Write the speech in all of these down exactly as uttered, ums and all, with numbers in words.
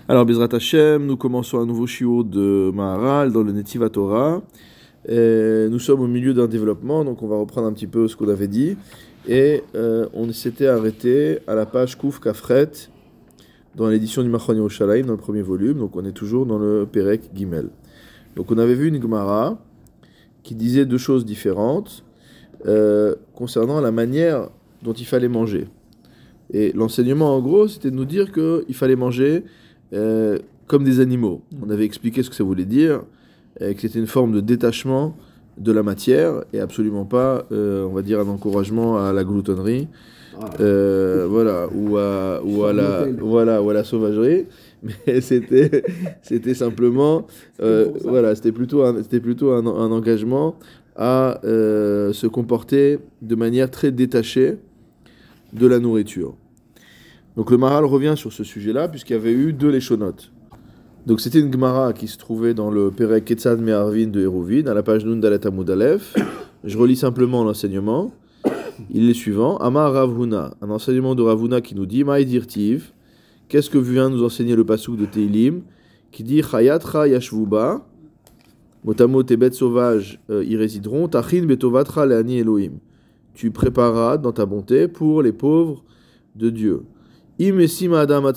Alors, Bezrat Hashem, nous commençons un nouveau shiur de Maharal dans le Netiva Torah. Et nous sommes au milieu d'un développement, donc on va reprendre un petit peu ce qu'on avait dit. Et euh, on s'était arrêté à la page Kouf Kafret dans l'édition du Machon Yerushalayim, dans le premier volume. Donc on est toujours dans le Perek Gimel. Donc on avait vu une Gemara qui disait deux choses différentes euh, concernant la manière dont il fallait manger. Et l'enseignement, en gros, c'était de nous dire qu'il fallait manger euh, comme des animaux. On avait expliqué ce que ça voulait dire, euh, que c'était une forme de détachement de la matière et absolument pas, euh, on va dire, un encouragement à la gloutonnerie, euh, voilà, ou à, ou à la, voilà, ou à la sauvagerie. Mais c'était, c'était simplement, euh, voilà, c'était plutôt un, c'était plutôt un, un engagement à euh, se comporter de manière très détachée de la nourriture. Donc le Maharal revient sur ce sujet-là, puisqu'il y avait eu deux Léchonotes. Donc c'était une Gemara qui se trouvait dans le Perek Ketzad Me'arvin de Hérouvin, à la page Nun Dalet Amud Aleph. Je relis simplement l'enseignement. Il est suivant. Amar Rav Huna, un enseignement de Rav Huna qui nous dit Maï dirtiv, qu'est-ce que vient nous enseigner le pasuk de Teilim, qui dit Chayatra yashvuba, motamo tes bêtes sauvages euh, y résideront, tachin betovatra le'ani Elohim. Tu prépareras dans ta bonté pour les pauvres de Dieu. Si l'homme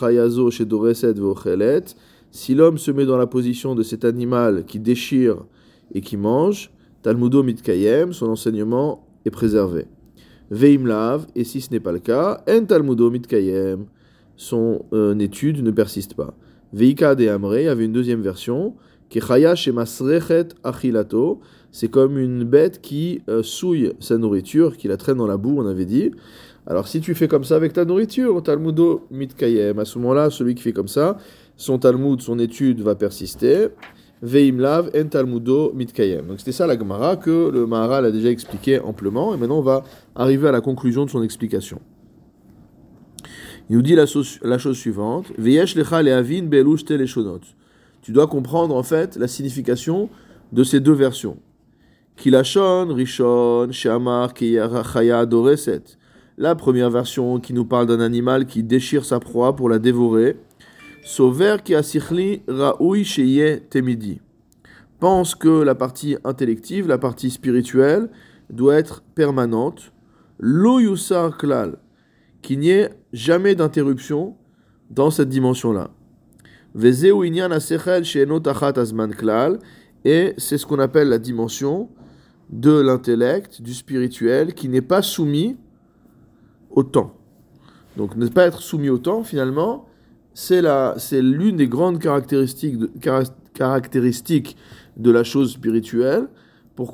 se met dans la position de cet animal qui déchire et qui mange, Talmudo mitkayem, son enseignement est préservé. Veimlav, et si ce n'est pas le cas, en Talmudo mitkayem, son euh, étude ne persiste pas. Veika de Amre, il y avait une deuxième version, Kechaya shemasrechet achilato, c'est comme une bête qui euh, souille sa nourriture, qui la traîne dans la boue, on avait dit. Alors si tu fais comme ça avec ta nourriture, Talmudo mitkayem, à ce moment-là, celui qui fait comme ça, son Talmud, son étude va persister. Veimlav en Talmudo mitkayem. Donc c'était ça la Gemara que le Maharal a déjà expliqué amplement, et maintenant on va arriver à la conclusion de son explication. Il nous dit la, so- la chose suivante. Veyesh lecha lehavin be'elush te leshonot. Tu dois comprendre en fait la signification de ces deux versions. Kilashon, Rishon, Shamar, Chaya, Doreset. La première version qui nous parle d'un animal qui déchire sa proie pour la dévorer. Sover ki asichli raoui sheye temidi. Pense que la partie intellective, la partie spirituelle, doit être permanente. Lo yusar klal. Qu'il n'y ait jamais d'interruption dans cette dimension-là. Vezeu inyan asechel she'eno tachat azman klal. Et c'est ce qu'on appelle la dimension de l'intellect, du spirituel, qui n'est pas soumis au temps. Donc ne pas être soumis au temps, finalement, c'est, la, c'est l'une des grandes caractéristiques de, caractéristiques de la chose spirituelle. Pourquoi ?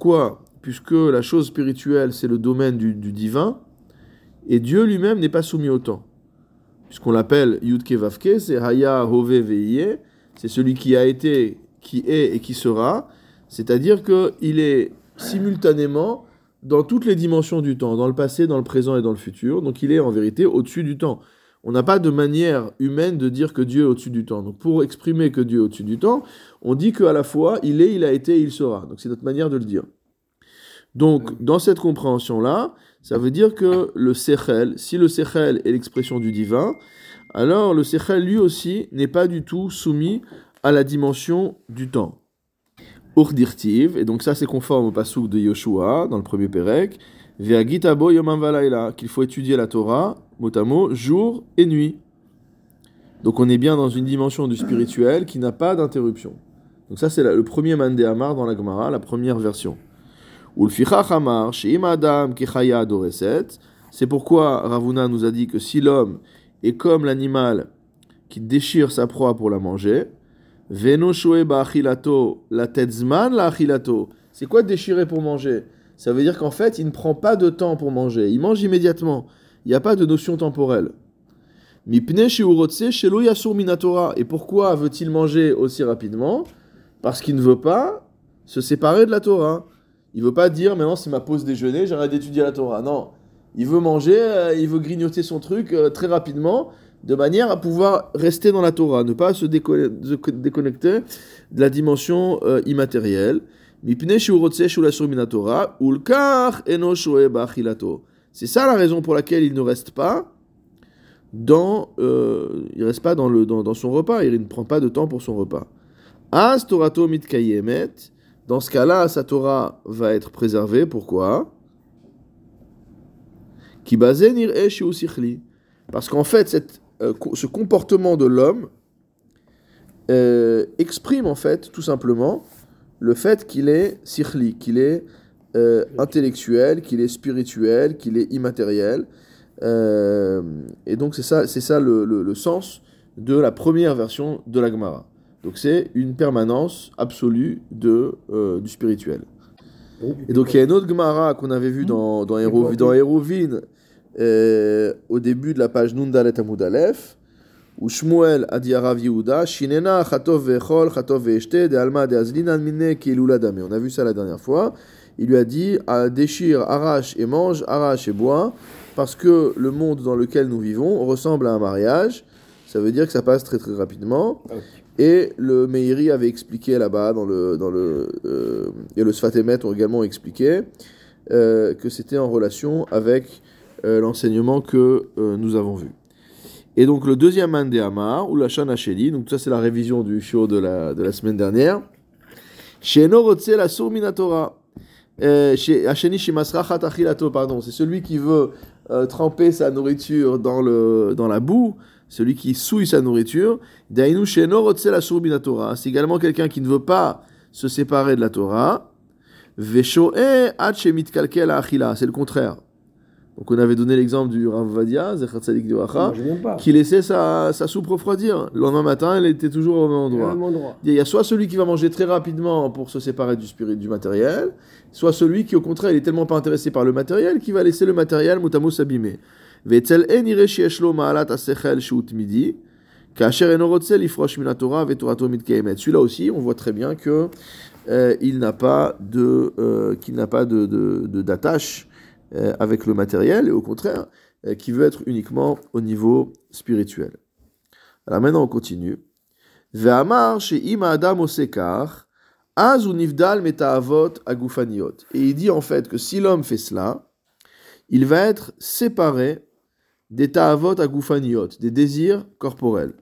Puisque la chose spirituelle, c'est le domaine du, du divin, et Dieu lui-même n'est pas soumis au temps. Puisqu'on l'appelle Yudke Vavke, c'est Haya Hove Veiye, c'est celui qui a été, qui est et qui sera, c'est-à-dire qu'il est simultanément dans toutes les dimensions du temps, dans le passé, dans le présent et dans le futur. Donc il est en vérité au-dessus du temps. On n'a pas de manière humaine de dire que Dieu est au-dessus du temps. Donc pour exprimer que Dieu est au-dessus du temps, on dit qu'à la fois il est, il a été et il sera. Donc c'est notre manière de le dire. Donc dans cette compréhension-là, ça veut dire que le Sechel, si le Sechel est l'expression du divin, alors le Sechel lui aussi n'est pas du tout soumis à la dimension du temps. Urdirtiv, et donc ça c'est conforme au pasuk de Yoshua dans le premier Perek, Ve'agitabo yomam valayla, qu'il faut étudier la Torah, mot à mot, jour et nuit. Donc on est bien dans une dimension du spirituel qui n'a pas d'interruption. Donc ça c'est le premier Mandé Amar dans la Gemara, la première version. Ulfichach Amar, she'im adam kechaya adoreset, c'est pourquoi Rav Huna nous a dit que si l'homme est comme l'animal qui déchire sa proie pour la manger, Veno shoe ba'achilato, la tetzman la achilato. C'est quoi déchirer pour manger ? Ça veut dire qu'en fait, il ne prend pas de temps pour manger. Il mange immédiatement. Il n'y a pas de notion temporelle. Mipne sheurotse shelo yasur minatora. Et pourquoi veut-il manger aussi rapidement ? Parce qu'il ne veut pas se séparer de la Torah. Il ne veut pas dire, maintenant c'est ma pause déjeuner, j'arrête d'étudier la Torah. Non. Il veut manger, euh, il veut grignoter son truc euh, très rapidement, de manière à pouvoir rester dans la Torah, ne pas se, déco- se déconnecter de la dimension euh, immatérielle. C'est ça la raison pour laquelle il ne reste pas dans, euh, il reste pas dans, le, dans, dans son repas, il ne prend pas de temps pour son repas. As Torato mitkayemet, dans ce cas-là, sa Torah va être préservée. Pourquoi? Ki bazen ir'e shi'u sichli. Parce qu'en fait, cette, euh, ce comportement de l'homme euh, exprime en fait tout simplement le fait qu'il est sichli, qu'il est euh, intellectuel, qu'il est spirituel, qu'il est immatériel. Euh, et donc c'est ça, c'est ça le, le, le sens de la première version de la Gemara. Donc c'est une permanence absolue de, euh, du spirituel. Et donc il y a une autre Gemara qu'on avait vue dans, dans, Héro, dans Hérovin, euh, au début de la page Nundalet Amud Aleph, où Shmuel a dit à Rav Yehuda, Shinena chatov vechol, chatov ve'eshte, de alma de azlinan minne ki elula dame. On a vu ça la dernière fois. Il lui a dit, déchire, arrache et mange, arrache et bois, parce que le monde dans lequel nous vivons ressemble à un mariage. Ça veut dire que ça passe très très rapidement. Okay. Et le Meiri avait expliqué là-bas, dans le, dans le, euh, et le Sfatemet ont également expliqué euh, que c'était en relation avec euh, l'enseignement que euh, nous avons vu. Et donc le deuxième man de Hamar, ou la Shana Sheli, donc ça c'est la révision du show de la, de la semaine dernière. Sheno rotse la sour minatora. Hacheni shimasrachat achilato, pardon, c'est celui qui veut euh, tremper sa nourriture dans, le, dans la boue, celui qui souille sa nourriture. Dainu sheno rotse la sour minatora. C'est également quelqu'un qui ne veut pas se séparer de la Torah. Veshoe ad shemit kalkel achila, c'est le contraire. Donc on avait donné l'exemple du Rav Vadia, Zecher Tzadik Dioracha, qui laissait sa, sa soupe refroidir. Le lendemain matin, elle était toujours au même endroit. Même endroit. Il y a soit celui qui va manger très rapidement pour se séparer du spirit, du matériel, soit celui qui au contraire, il est tellement pas intéressé par le matériel qu'il va laisser le matériel mutamos s'abîmer. Ve'etzel en ire sheyesh lo ma'alat asechel she'ut midi, ka'asher eno rotze lifrosh min haTorah ve'torato mitkayemet. Celui-là aussi, on voit très bien que euh, il n'a pas de, euh, qu'il n'a pas de, de, de d'attache avec le matériel, et au contraire, qui veut être uniquement au niveau spirituel. Alors maintenant, on continue. Ve'amar she'im ha'adam osekar, az hu nivdal meta'avot agufaniot. Et il dit en fait que si l'homme fait cela, il va être séparé des ta'avot agufaniot, des désirs corporels.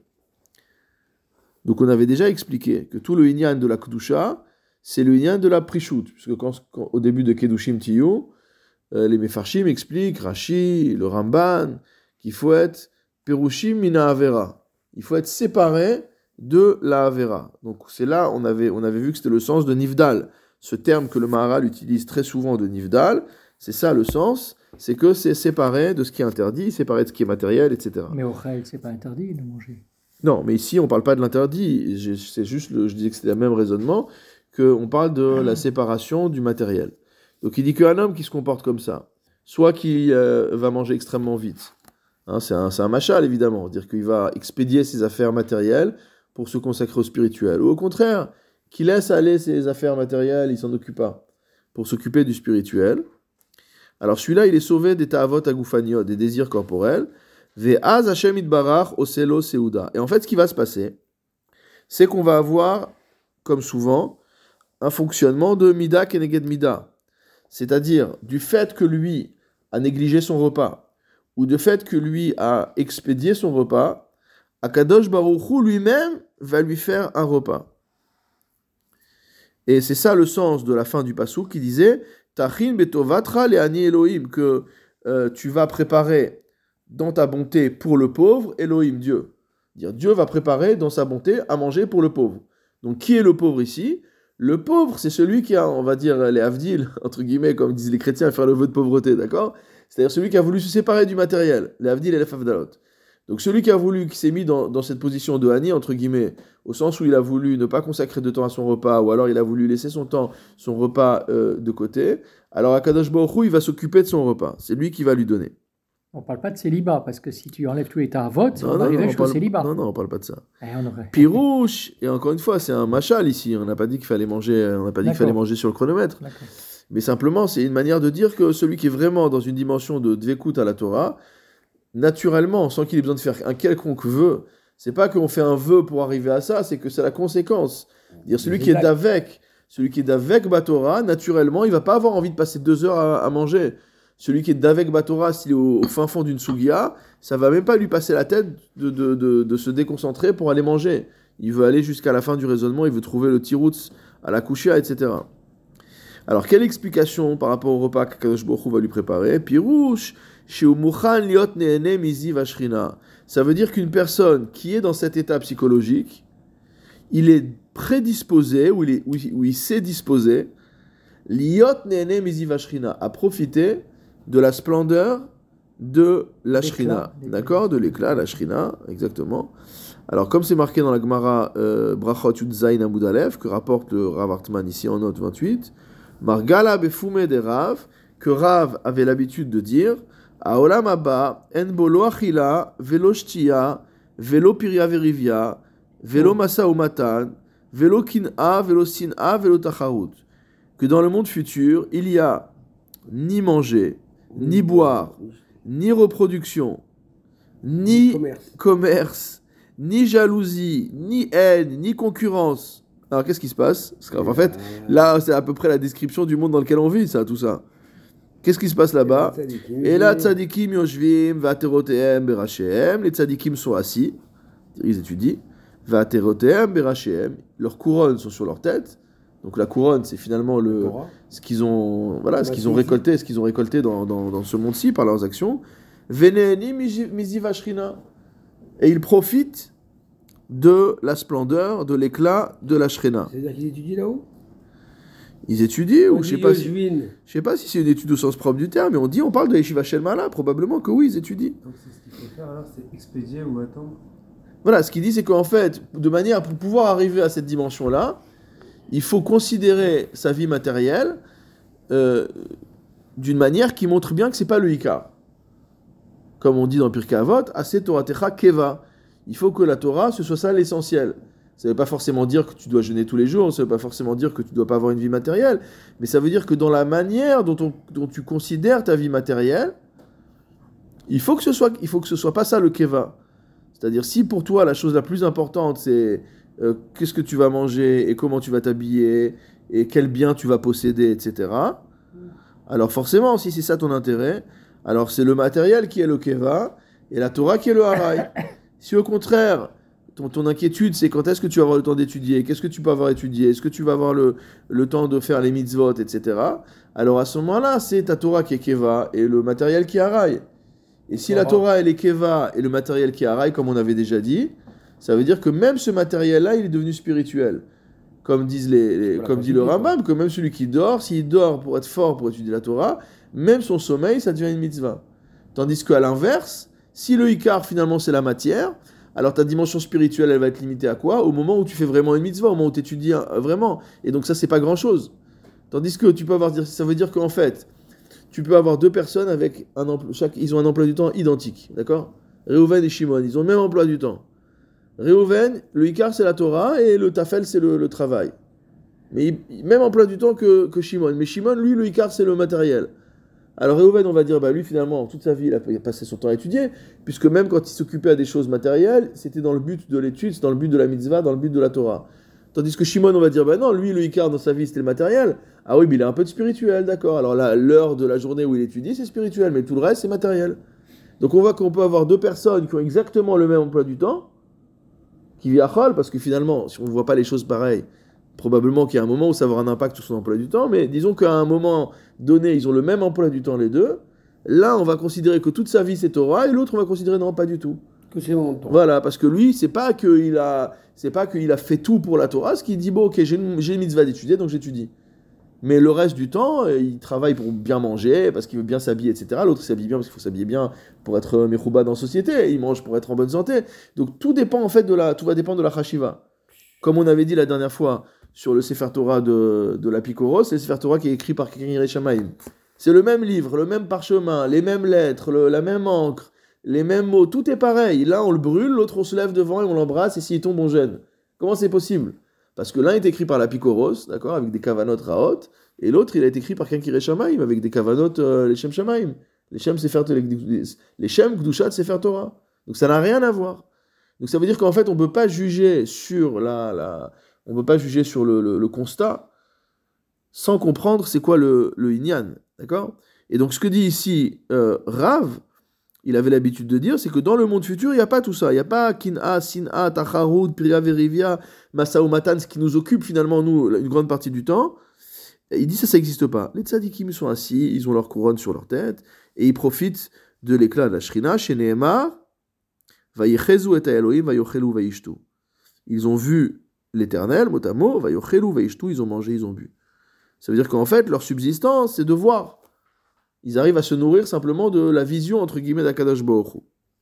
Donc on avait déjà expliqué que tout le inyan de la kedusha, c'est le inyan de la prishut, puisque quand, quand, au début de Kedushim Tiyu, les Mefarshim expliquent, Rashi, le Ramban, qu'il faut être Perushim mina Avera. Il faut être séparé de la Avera. Donc c'est là, on avait, on avait vu que c'était le sens de Nivdal. Ce terme que le Maharal utilise très souvent de Nivdal, c'est ça le sens, c'est que c'est séparé de ce qui est interdit, séparé de ce qui est matériel, et cetera. Mais au Chayel, c'est pas interdit de manger. Non, mais ici on ne parle pas de l'interdit. Je, c'est juste, le, je disais que c'était le même raisonnement, qu'on parle de la séparation du matériel. Donc il dit qu'un homme qui se comporte comme ça, soit qu'il euh, va manger extrêmement vite, hein, c'est un, c'est un machal évidemment, dire qu'il va expédier ses affaires matérielles pour se consacrer au spirituel, ou au contraire, qu'il laisse aller ses affaires matérielles, il s'en occupe pas, pour s'occuper du spirituel. Alors celui-là, il est sauvé des ta'avot agufaniot, des désirs corporels, ve'az Hashem itbarach oselo seuda. Et en fait, ce qui va se passer, c'est qu'on va avoir, comme souvent, un fonctionnement de mida keneged mida. C'est-à-dire, du fait que lui a négligé son repas, ou du fait que lui a expédié son repas, Akadosh Baruch Hu lui-même va lui faire un repas. Et c'est ça le sens de la fin du pasuk qui disait Tachin betovatra le'ani Elohim, que euh, tu vas préparer dans ta bonté pour le pauvre Elohim, Dieu. Dire Dieu va préparer dans sa bonté à manger pour le pauvre. Donc qui est le pauvre ici ? Le pauvre, c'est celui qui a, on va dire, les avdil, entre guillemets, comme disent les chrétiens, faire le vœu de pauvreté, d'accord ? C'est-à-dire celui qui a voulu se séparer du matériel, les avdil et les favdalot. Donc celui qui a voulu, qui s'est mis dans, dans cette position de hani, entre guillemets, au sens où il a voulu ne pas consacrer de temps à son repas, ou alors il a voulu laisser son temps, son repas euh, de côté, alors Akadosh Baruch Hu, il va s'occuper de son repas. C'est lui qui va lui donner. On ne parle pas de célibat, parce que si tu enlèves tous les ta'avot, on va arriver jusqu'au célibat. Non, non, on ne parle pas de ça. Et on aurait... Pirouche, et encore une fois, c'est un machal ici, on n'a pas dit qu'il fallait manger, on n'a pas dit qu'il fallait manger sur le chronomètre. D'accord. Mais simplement, c'est une manière de dire que celui qui est vraiment dans une dimension de dvekut à la Torah, naturellement, sans qu'il ait besoin de faire un quelconque vœu, c'est pas qu'on fait un vœu pour arriver à ça, c'est que c'est la conséquence. Dire celui qui est d'avec, celui qui est d'avec Batora, naturellement, il va pas avoir envie de passer deux heures à, à manger. celui qui est d'avec Batora, s'il est au, au fin fond d'une Sugia, ça va même pas lui passer la tête de, de, de, de se déconcentrer pour aller manger. Il veut aller jusqu'à la fin du raisonnement, il veut trouver le tirutz à la kushia, et cetera. Alors, quelle explication par rapport au repas qu'Akadosh Baruch Hu va lui préparer? Pirouche, sheu mukhan liot nehene miziv hashrina. Ça veut dire qu'une personne qui est dans cet état psychologique, il est prédisposé, ou il, est, ou il, ou il s'est disposé, liot nehene miziv hashrina, à profiter de la splendeur de la shrina. D'accord? De l'éclat, la shrina, exactement. Alors, comme c'est marqué dans la Gemara euh, Brachot Yud Zayin Amud Aleph, que rapporte le Rav Hartman ici en note vingt-huit, Margala befume de Rav, que Rav avait l'habitude de dire, Aolam Abba, en bolo achila, velo shtia, velo piria verivia, velo masa umatan, velo kin'a, velo sin'a, velo tacharut. Que dans le monde futur, il y a ni manger, ni boire, ni reproduction, ni commerce, commerce ni jalousie, ni haine, ni concurrence. Alors qu'est-ce qui se passe? Parce qu'en fait, là, c'est à peu près la description du monde dans lequel on vit, ça, tout ça. Qu'est-ce qui se passe là-bas? Et là, tzadikim yoshvim, va'aterotehem berachem. Les tzadikim sont assis, ils étudient. Va'aterotehem berachem. Leurs couronnes sont sur leur tête. Donc la couronne, c'est finalement le, ce qu'ils ont, voilà, ce qu'ils ont récolté, ce qu'ils ont récolté dans, dans, dans ce monde-ci par leurs actions. Veneni miziv hashrina. Et ils profitent de la splendeur, de l'éclat de la Shrina. C'est-à-dire qu'ils étudient là-haut? Ils étudient, ou je sais pas si, je sais pas si c'est une étude au sens propre du terme, mais on dit, on parle de Yeshiva Shel Mala, probablement que oui, ils étudient. Donc c'est ce qu'il faut faire alors, c'est expédier ou attendre? Voilà, ce qu'il dit, c'est qu'en fait, de manière, pour pouvoir arriver à cette dimension-là, il faut considérer sa vie matérielle euh, d'une manière qui montre bien que c'est pas le Ikar. Comme on dit dans Pirkei Avot, Aseh Toratecha Keva. Il faut que la Torah, ce soit ça l'essentiel. Ça ne veut pas forcément dire que tu dois jeûner tous les jours, ça ne veut pas forcément dire que tu ne dois pas avoir une vie matérielle, mais ça veut dire que dans la manière dont, on, dont tu considères ta vie matérielle, il faut que ce soit, il faut que ce soit pas ça le Keva. C'est-à-dire, si pour toi la chose la plus importante c'est euh, qu'est-ce que tu vas manger et comment tu vas t'habiller et quel bien tu vas posséder, et cetera. Alors forcément, si c'est ça ton intérêt, alors c'est le matériel qui est le Keva et la Torah qui est le Harai. Si au contraire, ton, ton inquiétude c'est quand est-ce que tu vas avoir le temps d'étudier, qu'est-ce que tu peux avoir étudié, est-ce que tu vas avoir le, le temps de faire les mitzvot, et cetera. Alors à ce moment-là, c'est ta Torah qui est Keva et le matériel qui est Harai. Et si la Torah elle est Keva et le matériel qui est Harai, comme on avait déjà dit, ça veut dire que même ce matériel-là, il est devenu spirituel. Comme, disent les, les, comme dit le Rambam, que même celui qui dort, s'il dort pour être fort pour étudier la Torah, même son sommeil, ça devient une mitzvah. Tandis qu'à l'inverse, si le Ikar, finalement, c'est la matière, alors ta dimension spirituelle, elle va être limitée à quoi? Au moment où tu fais vraiment une mitzvah, au moment où tu étudies vraiment. Et donc ça, c'est pas grand-chose. Tandis que tu peux avoir, ça veut dire qu'en fait, tu peux avoir deux personnes avec un emploi, chaque, ils ont un emploi du temps identique, d'accord? Réhouven et Shimon, ils ont le même emploi du temps. Réhouven, le Ikar, c'est la Torah, et le Tafel, c'est le, le travail. Mais il, même emploi du temps que, que Shimon. Mais Shimon, lui, le Ikar, c'est le matériel. Alors Réhouven, on va dire, bah lui finalement, toute sa vie, il a passé son temps à étudier, puisque même quand il s'occupait à des choses matérielles, c'était dans le but de l'étude, c'est dans le but de la mitzvah, dans le but de la Torah. Tandis que Shimon, on va dire, bah non, lui, le Ikar dans sa vie, c'était le matériel. Ah oui, mais il a un peu de spirituel, d'accord. Alors là, l'heure de la journée où il étudie, c'est spirituel, mais tout le reste, c'est matériel. Donc on voit qu'on peut avoir deux personnes qui ont exactement le même emploi du temps, qui viachol, parce que finalement, si on ne voit pas les choses pareilles, probablement qu'il y a un moment où ça va avoir un impact sur son emploi du temps, mais disons qu'à un moment donné, ils ont le même emploi du temps les deux. Là, on va considérer que toute sa vie c'est Torah, et l'autre on va considérer non, pas du tout. Que c'est mon temps. Voilà, parce que lui, c'est pas qu'il a, c'est pas qu'il a fait tout pour la Torah, ce qu'il dit bon, ok, j'ai une, j'ai une mitzvah d'étudier, donc j'étudie. Mais le reste du temps, il travaille pour bien manger, parce qu'il veut bien s'habiller, et cetera. L'autre s'habille bien parce qu'il faut s'habiller bien pour être mechouba dans la société. Il mange pour être en bonne santé. Donc tout dépend en fait de la, tout va dépendre de la chashiva. Comme on avait dit la dernière fois sur le Sefer Torah de, de la Pikoros, c'est le Sefer Torah qui est écrit par Kirei Shamaim. C'est le même livre, le même parchemin, les mêmes lettres, le, la même encre, les mêmes mots. Tout est pareil. Là, on le brûle, l'autre on se lève devant et on l'embrasse, et s'il tombe, on gêne. Comment c'est possible? Parce que l'un est écrit par la Pikoros, d'accord, avec des kavanot raot, et l'autre, il a été écrit par Kirei Shamaim, avec des kavanot euh, les Shem Shamaim. Les Shem Sefer les Shem Kdushat Sefer Torah. Donc ça n'a rien à voir. Donc ça veut dire qu'en fait, on ne peut pas juger sur la, la on peut pas juger sur le, le, le constat sans comprendre c'est quoi le, le inyan, d'accord? Et donc ce que dit ici euh, Rav, il avait l'habitude de dire, c'est que dans le monde futur, il n'y a pas tout ça. Il n'y a pas Kin'a, Sin'a, Tacharud, Priya Verivia, Masao Matan, ce qui nous occupe finalement, nous, une grande partie du temps. Il dit ça, ça n'existe pas. Les tzadikim sont assis, ils ont leur couronne sur leur tête, et ils profitent de l'éclat de la Shrina, chez Nehemar, Vayechezu et Elohim, Vayochelu, Vayishtu. Ils ont vu l'Éternel, mot à mot, Vayochelu, Vayishtu, ils ont mangé, ils ont bu. Ça veut dire qu'en fait, leur subsistance, c'est de voir. Ils arrivent à se nourrir simplement de la vision, entre guillemets, d'Akadosh Baruch Hu.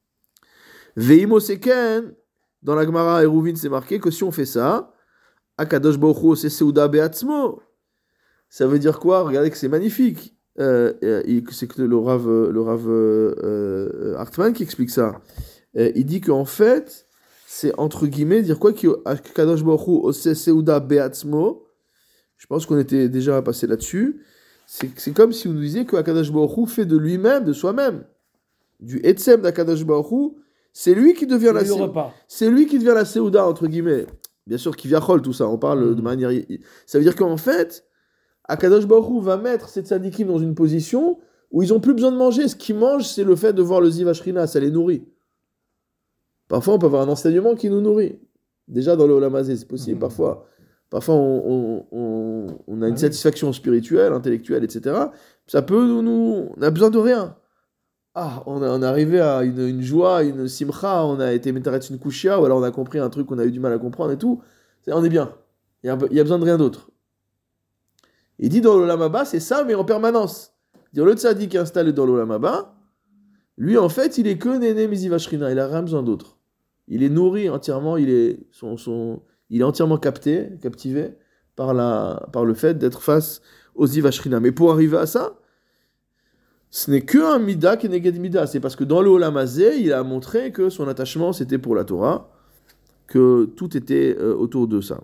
Veimo Seken, dans la Gemara Eruvin, c'est marqué que si on fait ça, Akadosh Baruch Hu, c'est Seuda Beatzmo. Ça veut dire quoi? Regardez que c'est magnifique. Euh, euh, c'est que le Rav, le Rav euh, euh, Hartman qui explique ça. Euh, il dit qu'en fait, c'est entre guillemets, dire quoi? Qu'Akadosh Baruch Hu, c'est Seuda Beatzmo. Je pense qu'on était déjà passé là-dessus. C'est, c'est comme si on nous disait que Akadosh Baruch Hu fait de lui-même, de soi-même, du Etzem d'Akadosh Baruch Hu, c'est lui qui devient la Séouda. C'est lui qui devient la Séouda, entre guillemets. Bien sûr, qui viachol, tout ça, on parle mmh. de manière... Ça veut dire qu'en fait, Akadosh Baruch Hu va mettre ces tzadikim dans une position où ils n'ont plus besoin de manger. Ce qu'ils mangent, c'est le fait de voir le Ziv Ashrina, ça les nourrit. Parfois, on peut avoir un enseignement qui nous nourrit. Déjà, dans le Olam Hazé, c'est possible, mmh. parfois... Parfois, on, on, on, on a une satisfaction spirituelle, intellectuelle, et cetera. Ça peut nous... nous on a besoin de rien. Ah, on, a, on est arrivé à une, une joie, une simcha, on a été métaretz une kushia, ou alors on a compris un truc qu'on a eu du mal à comprendre et tout. C'est, on est bien. Il y a, il y a besoin de rien d'autre. Il dit dans l'Olam Haba, c'est ça, mais en permanence. Dire le tzaddik qui est installé dans l'Olam Haba, lui, en fait, il est que néné miziv ashrina, il a rien besoin d'autre. Il est nourri entièrement, il est... son, son Il est entièrement capté, captivé par, la, par le fait d'être face aux Ziv Ashrina. Mais pour arriver à ça, ce n'est qu'un Mida qui est Neged Mida. C'est parce que dans le Olam Hazé, il a montré que son attachement, c'était pour la Torah, que tout était euh, autour de ça.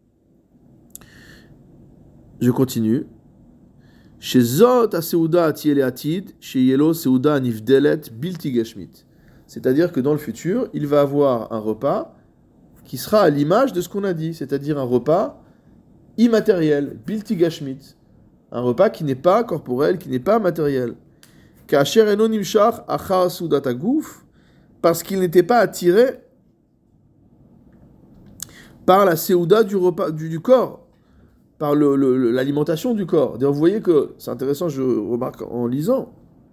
Je continue. Chez Zot ha-Seuda atiel atid, chez Yelo Seuda nivdelet bilti gashmit. C'est-à-dire que dans le futur, il va avoir un repas qui sera à l'image de ce qu'on a dit, c'est-à-dire un repas immatériel, bilti gashmit, un repas qui n'est pas corporel, qui n'est pas matériel. Ka'asher eno nimshach achar seudat haguf, parce qu'il n'était pas attiré par la séouda du repas du, du corps, par le, le, l'alimentation du corps. D'ailleurs, vous voyez que c'est intéressant, je remarque en lisant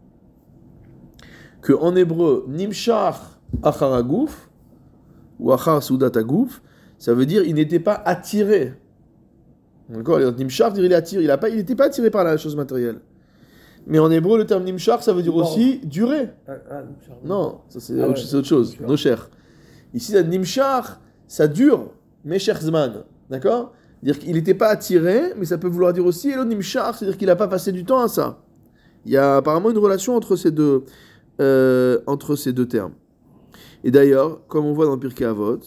que en hébreu nimshach achar haguf ou achar seudat haguf, ça veut dire il n'était pas attiré. D'accord, nimshach dire il est attiré, il a pas, il n'était pas attiré par la chose matérielle. Mais en hébreu, le terme nimshach, ça veut dire aussi durer. Ah, ah, non, ça c'est, ah, autre, ouais, c'est autre chose. Nosher. Ici, la nimshach, ça dure, mesher zman. D'accord? Dire qu'il n'était pas attiré, mais ça peut vouloir dire aussi elo nimshach, c'est-à-dire qu'il n'a pas passé du temps à ça. Il y a apparemment une relation entre ces deux, euh, entre ces deux termes. Et d'ailleurs, comme on voit dans Pirkei Avot,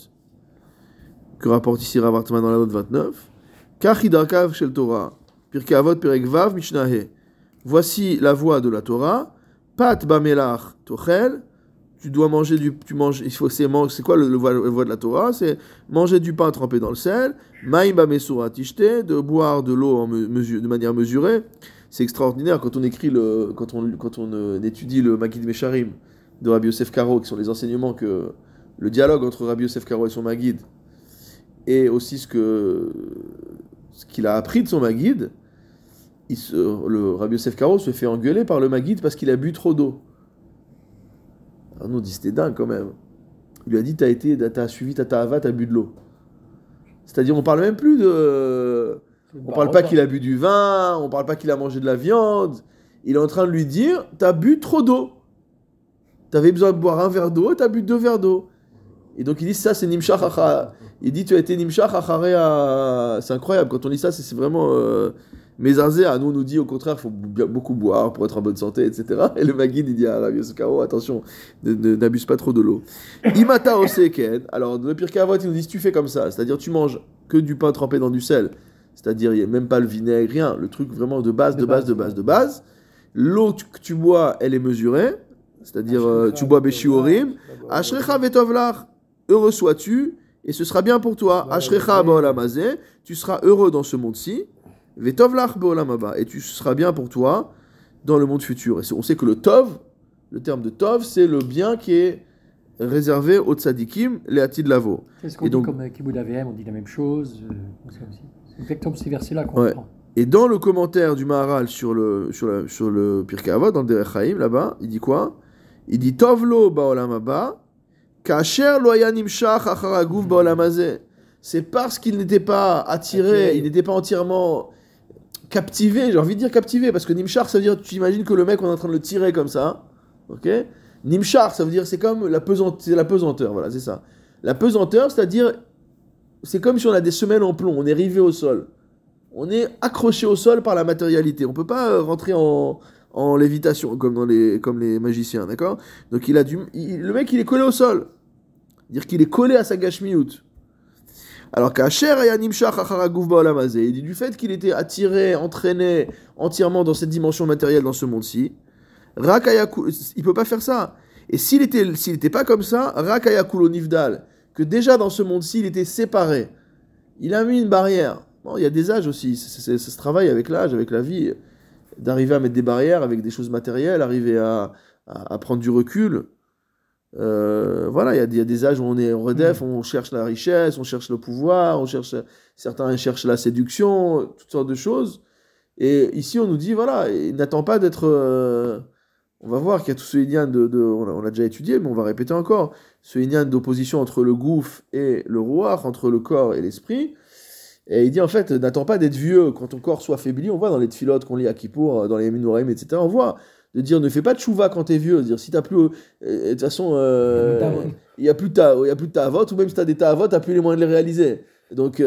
que rapporte ici Rav Hartman dans la note vingt-neuf, Kachi darkav shel Torah, Pirkei Avot perek vav mishnahé. Voici la voie de la Torah. Pat bamelach tochel. Tu dois manger du, tu manges. Il faut c'est c'est quoi le, le, le voie de la Torah? C'est manger du pain trempé dans le sel. Maïm bamesura tishte, de boire de l'eau en mesure, de manière mesurée. C'est extraordinaire quand on écrit le, quand on quand on euh, étudie le Magid Mesharim de Rabbi Yosef Karo, qui sont les enseignements que le dialogue entre Rabbi Yosef Karo et son Magid, et aussi ce que ce qu'il a appris de son Magid. Il se, le Rabbi Yosef Karo se fait engueuler par le Magid parce qu'il a bu trop d'eau. Alors nous on dit c'était dingue quand même. Il lui a dit t'as été, t'as suivi ta ta'ava, t'as bu de l'eau. C'est-à-dire on parle même plus de, on parle pas qu'il a bu du vin, on parle pas qu'il a mangé de la viande. Il est en train de lui dire t'as bu trop d'eau. T'avais besoin de boire un verre d'eau, t'as bu deux verres d'eau. Et donc il dit ça c'est nimshach achare. Il dit tu as été nimshach achare. C'est incroyable quand on lit ça, c'est, c'est vraiment euh, Mézazé, à nous, on nous dit au contraire, il faut beaucoup boire pour être en bonne santé, et cetera. Et le Magid, il dit à Rabbi Yosef Karo, attention, ne, ne, n'abuse pas trop de l'eau. Imata oseken, alors le Pirkei Avot, il nous dit, si tu fais comme ça, c'est-à-dire tu manges que du pain trempé dans du sel, c'est-à-dire il n'y a même pas le vinaigre, rien, le truc vraiment de base, de, de base, base, de base, de base. L'eau que tu bois, elle est mesurée, c'est-à-dire euh, tu bois Beshiurim, Ashrecha vetovlach, heureux sois-tu, et ce sera bien pour toi. Ashrecha ba'olam hazeh, tu seras heureux dans ce monde-ci. Vetovlach be'olam haba, et tu seras bien pour toi dans le monde futur. Et on sait que le Tov, le terme de Tov, c'est le bien qui est réservé aux tzadikim, les Atid Lavo. C'est ce qu'on et dit donc, comme Kibud A V M, on dit la même chose. Euh, c'est aussi. C'est exactement ces versets-là qu'on ouais. prend. Et dans le commentaire du Maharal sur le, sur la, sur le Pirkei Avot, dans le Derech Chaim, là-bas, il dit quoi? Il dit Tov lo ba'olam haba, kasher lo haya nimshach achar haguf ba'olam hazeh. C'est parce qu'il n'était pas attiré, attiré, il n'était pas entièrement captivé, j'ai envie de dire captivé, parce que nimshach, ça veut dire, tu imagines que le mec, on est en train de le tirer comme ça, ok? Nimshach, ça veut dire, c'est comme la, pesant, c'est la pesanteur, voilà, c'est ça. La pesanteur, c'est-à-dire, c'est comme si on a des semelles en plomb, on est rivé au sol. On est accroché au sol par la matérialité. On ne peut pas rentrer en, en lévitation, comme, dans les, comme les magiciens, d'accord? Donc, il a du, il, le mec, il est collé au sol. C'est-à-dire qu'il est collé à sa gashmiout. Alors, Kacher aya nimshach achar haguf ba'olam hazeh, il dit du fait qu'il était attiré, entraîné entièrement dans cette dimension matérielle, dans ce monde-ci, Rak Ayaku, il peut pas faire ça. Et s'il était, s'il était pas comme ça, Rak Ayakulo Nivdal, que déjà dans ce monde-ci, il était séparé. Il a mis une barrière. Bon, il y a des âges aussi. C'est, c'est, ça se travaille avec l'âge, avec la vie, d'arriver à mettre des barrières avec des choses matérielles, arriver à, à, à prendre du recul. Euh, voilà, il y, a, il y a des âges où on est en redef, mmh. on cherche la richesse, on cherche le pouvoir, on cherche, certains cherchent la séduction, toutes sortes de choses. Et ici, on nous dit, voilà, il n'attend pas d'être... Euh, on va voir qu'il y a tout ce inyan de, de on, a, on a déjà étudié, mais on va répéter encore, ce inyan d'opposition entre le gouf et le ruach, entre le corps et l'esprit. Et il dit en fait, n'attends pas d'être vieux quand ton corps soit affaibli. On voit dans les tfilotes qu'on lit à Kippour, dans les Minuraim, et cetera. On voit de dire ne fais pas de chouva quand t'es vieux. De dire si t'as plus, euh, de toute façon, euh, il y a plus de ta, il y a plus de ta'avot, ou même si t'as des ta'avot, t'as plus les moyens de les réaliser. Donc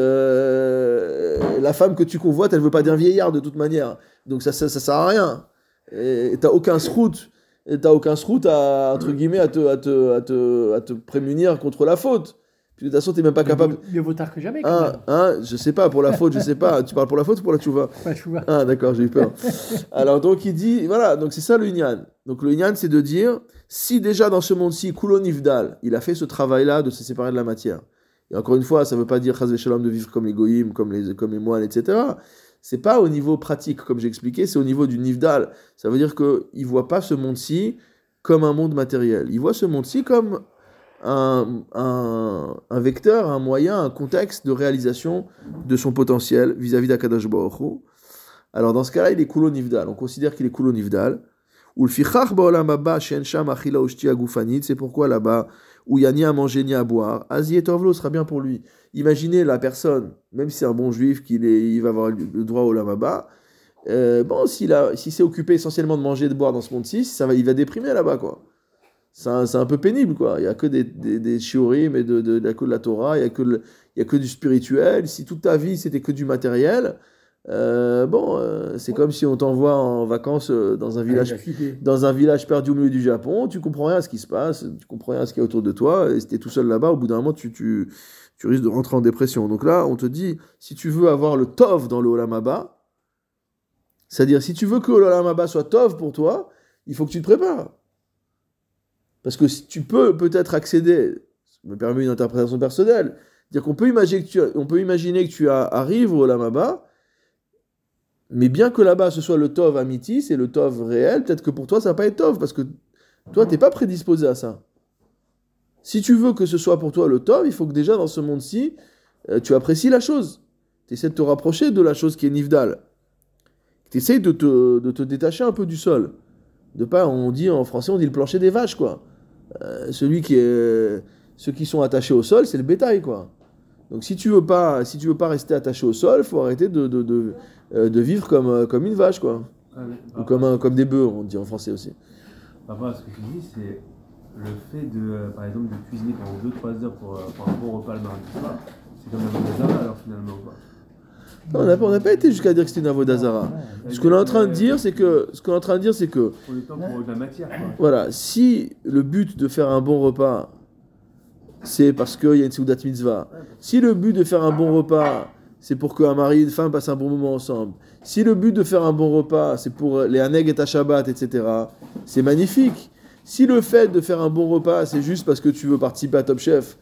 euh, la femme que tu convoites, elle veut pas d'un vieillard de toute manière. Donc ça, ça, ça sert à rien. Et t'as aucun srout, et t'as aucun srout à entre guillemets à te, à te, à te, à te prémunir contre la faute. Puis de toute façon, t'es même pas capable. Mieux vaut tard que jamais. Quand hein, même. Hein, je sais pas pour la faute, je sais pas. Tu parles pour la faute ou pour la tchouva? Pour la tchouva. Ah d'accord, j'ai eu peur. Alors donc il dit, voilà, donc c'est ça le inyan. Donc le inyan, c'est de dire, si déjà dans ce monde-ci, Kulo Nivdal, il a fait ce travail-là de se séparer de la matière. Et encore une fois, ça veut pas dire chas v'shalom de vivre comme les goïms, comme les comme les moines, et cetera. C'est pas au niveau pratique, comme j'ai expliqué, c'est au niveau du nivdal. Ça veut dire qu'il ne voit pas ce monde-ci comme un monde matériel. Il voit ce monde-ci comme un, un, un vecteur, un moyen, un contexte de réalisation de son potentiel vis-à-vis d'Akadosh Baruch Hu. Alors dans ce cas-là, il est kulo nivdal. On considère qu'il est kulo nivdal. Ou le fichach ba'olam haba she'en sham achila ushtia gufanit. C'est pourquoi là-bas, où il n'y a ni à manger ni à boire, Aziet Tovlo sera bien pour lui. Imaginez la personne, même si c'est un bon juif, qu'il est, il va avoir le droit au lamaba, euh, bon, s'il a, s'il s'est occupé essentiellement de manger et de boire dans ce monde-ci, ça va, il va déprimer là-bas, quoi. C'est un, c'est un peu pénible, quoi. Il n'y a que des, des, des shiurim et de, de, de, de la Torah, il n'y a, a que du spirituel. Si toute ta vie, c'était que du matériel, euh, bon, euh, c'est comme si on t'envoie en vacances euh, dans un village, dans un village perdu au milieu du Japon, tu comprends rien à ce qui se passe, tu comprends rien à ce qu'il y a autour de toi, et si t'es tout seul là-bas, au bout d'un moment, tu, tu, tu risques de rentrer en dépression. Donc là, on te dit, si tu veux avoir le tov dans le Olam Haba, c'est-à-dire, si tu veux que le Olam Haba soit tov pour toi, il faut que tu te prépares. Parce que si tu peux peut-être accéder, ça me permet une interprétation personnelle, dire qu'on peut imaginer que tu, on peut imaginer que tu arrives au Olam Haba, mais bien que là-bas ce soit le tov amiti, c'est le tov réel, peut-être que pour toi ça va pas être tov, parce que toi t'es pas prédisposé à ça. Si tu veux que ce soit pour toi le tov, il faut que déjà dans ce monde-ci, euh, tu apprécies la chose. Tu essaies de te rapprocher de la chose qui est nivdal. Tu essaies de te, de te détacher un peu du sol. De pas, on dit en français, on dit le plancher des vaches, quoi. Euh, celui qui est, ceux qui sont attachés au sol, c'est le bétail, quoi. Donc si tu veux pas, si tu veux pas rester attaché au sol, faut arrêter de, de, de, de, de vivre comme, comme une vache, quoi. Ah oui. Ou comme, un, comme des bœufs, on dit en français aussi. Par rapport à ce que tu dis, c'est le fait de, euh, par exemple, de cuisiner pendant deux trois heures pour, euh, pour un bon repas le mardi soir, c'est comme un avodah alors finalement, quoi. Non, on n'a pas, on n'a pas été jusqu'à dire que c'était une avodah zara. Ce qu'on est en train de dire, c'est que, ce qu'on est en train de dire, c'est que, pour le temps, pour de la matière, quoi. Voilà, si le but de faire un bon repas, c'est parce qu'il y a une seudat mitzvah. Si le but de faire un bon repas, c'est pour qu'un mari et une femme passent un bon moment ensemble. Si le but de faire un bon repas, c'est pour les Haneg et ta Shabbat, et cetera, c'est magnifique. Si le fait de faire un bon repas, c'est juste parce que tu veux participer à Top Chef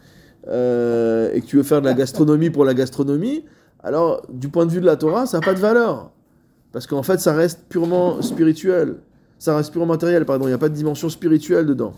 euh, et que tu veux faire de la gastronomie pour la gastronomie, alors du point de vue de la Torah, ça n'a pas de valeur. Parce qu'en fait, ça reste purement spirituel. Ça reste purement matériel, pardon. Il n'y a pas de dimension spirituelle dedans.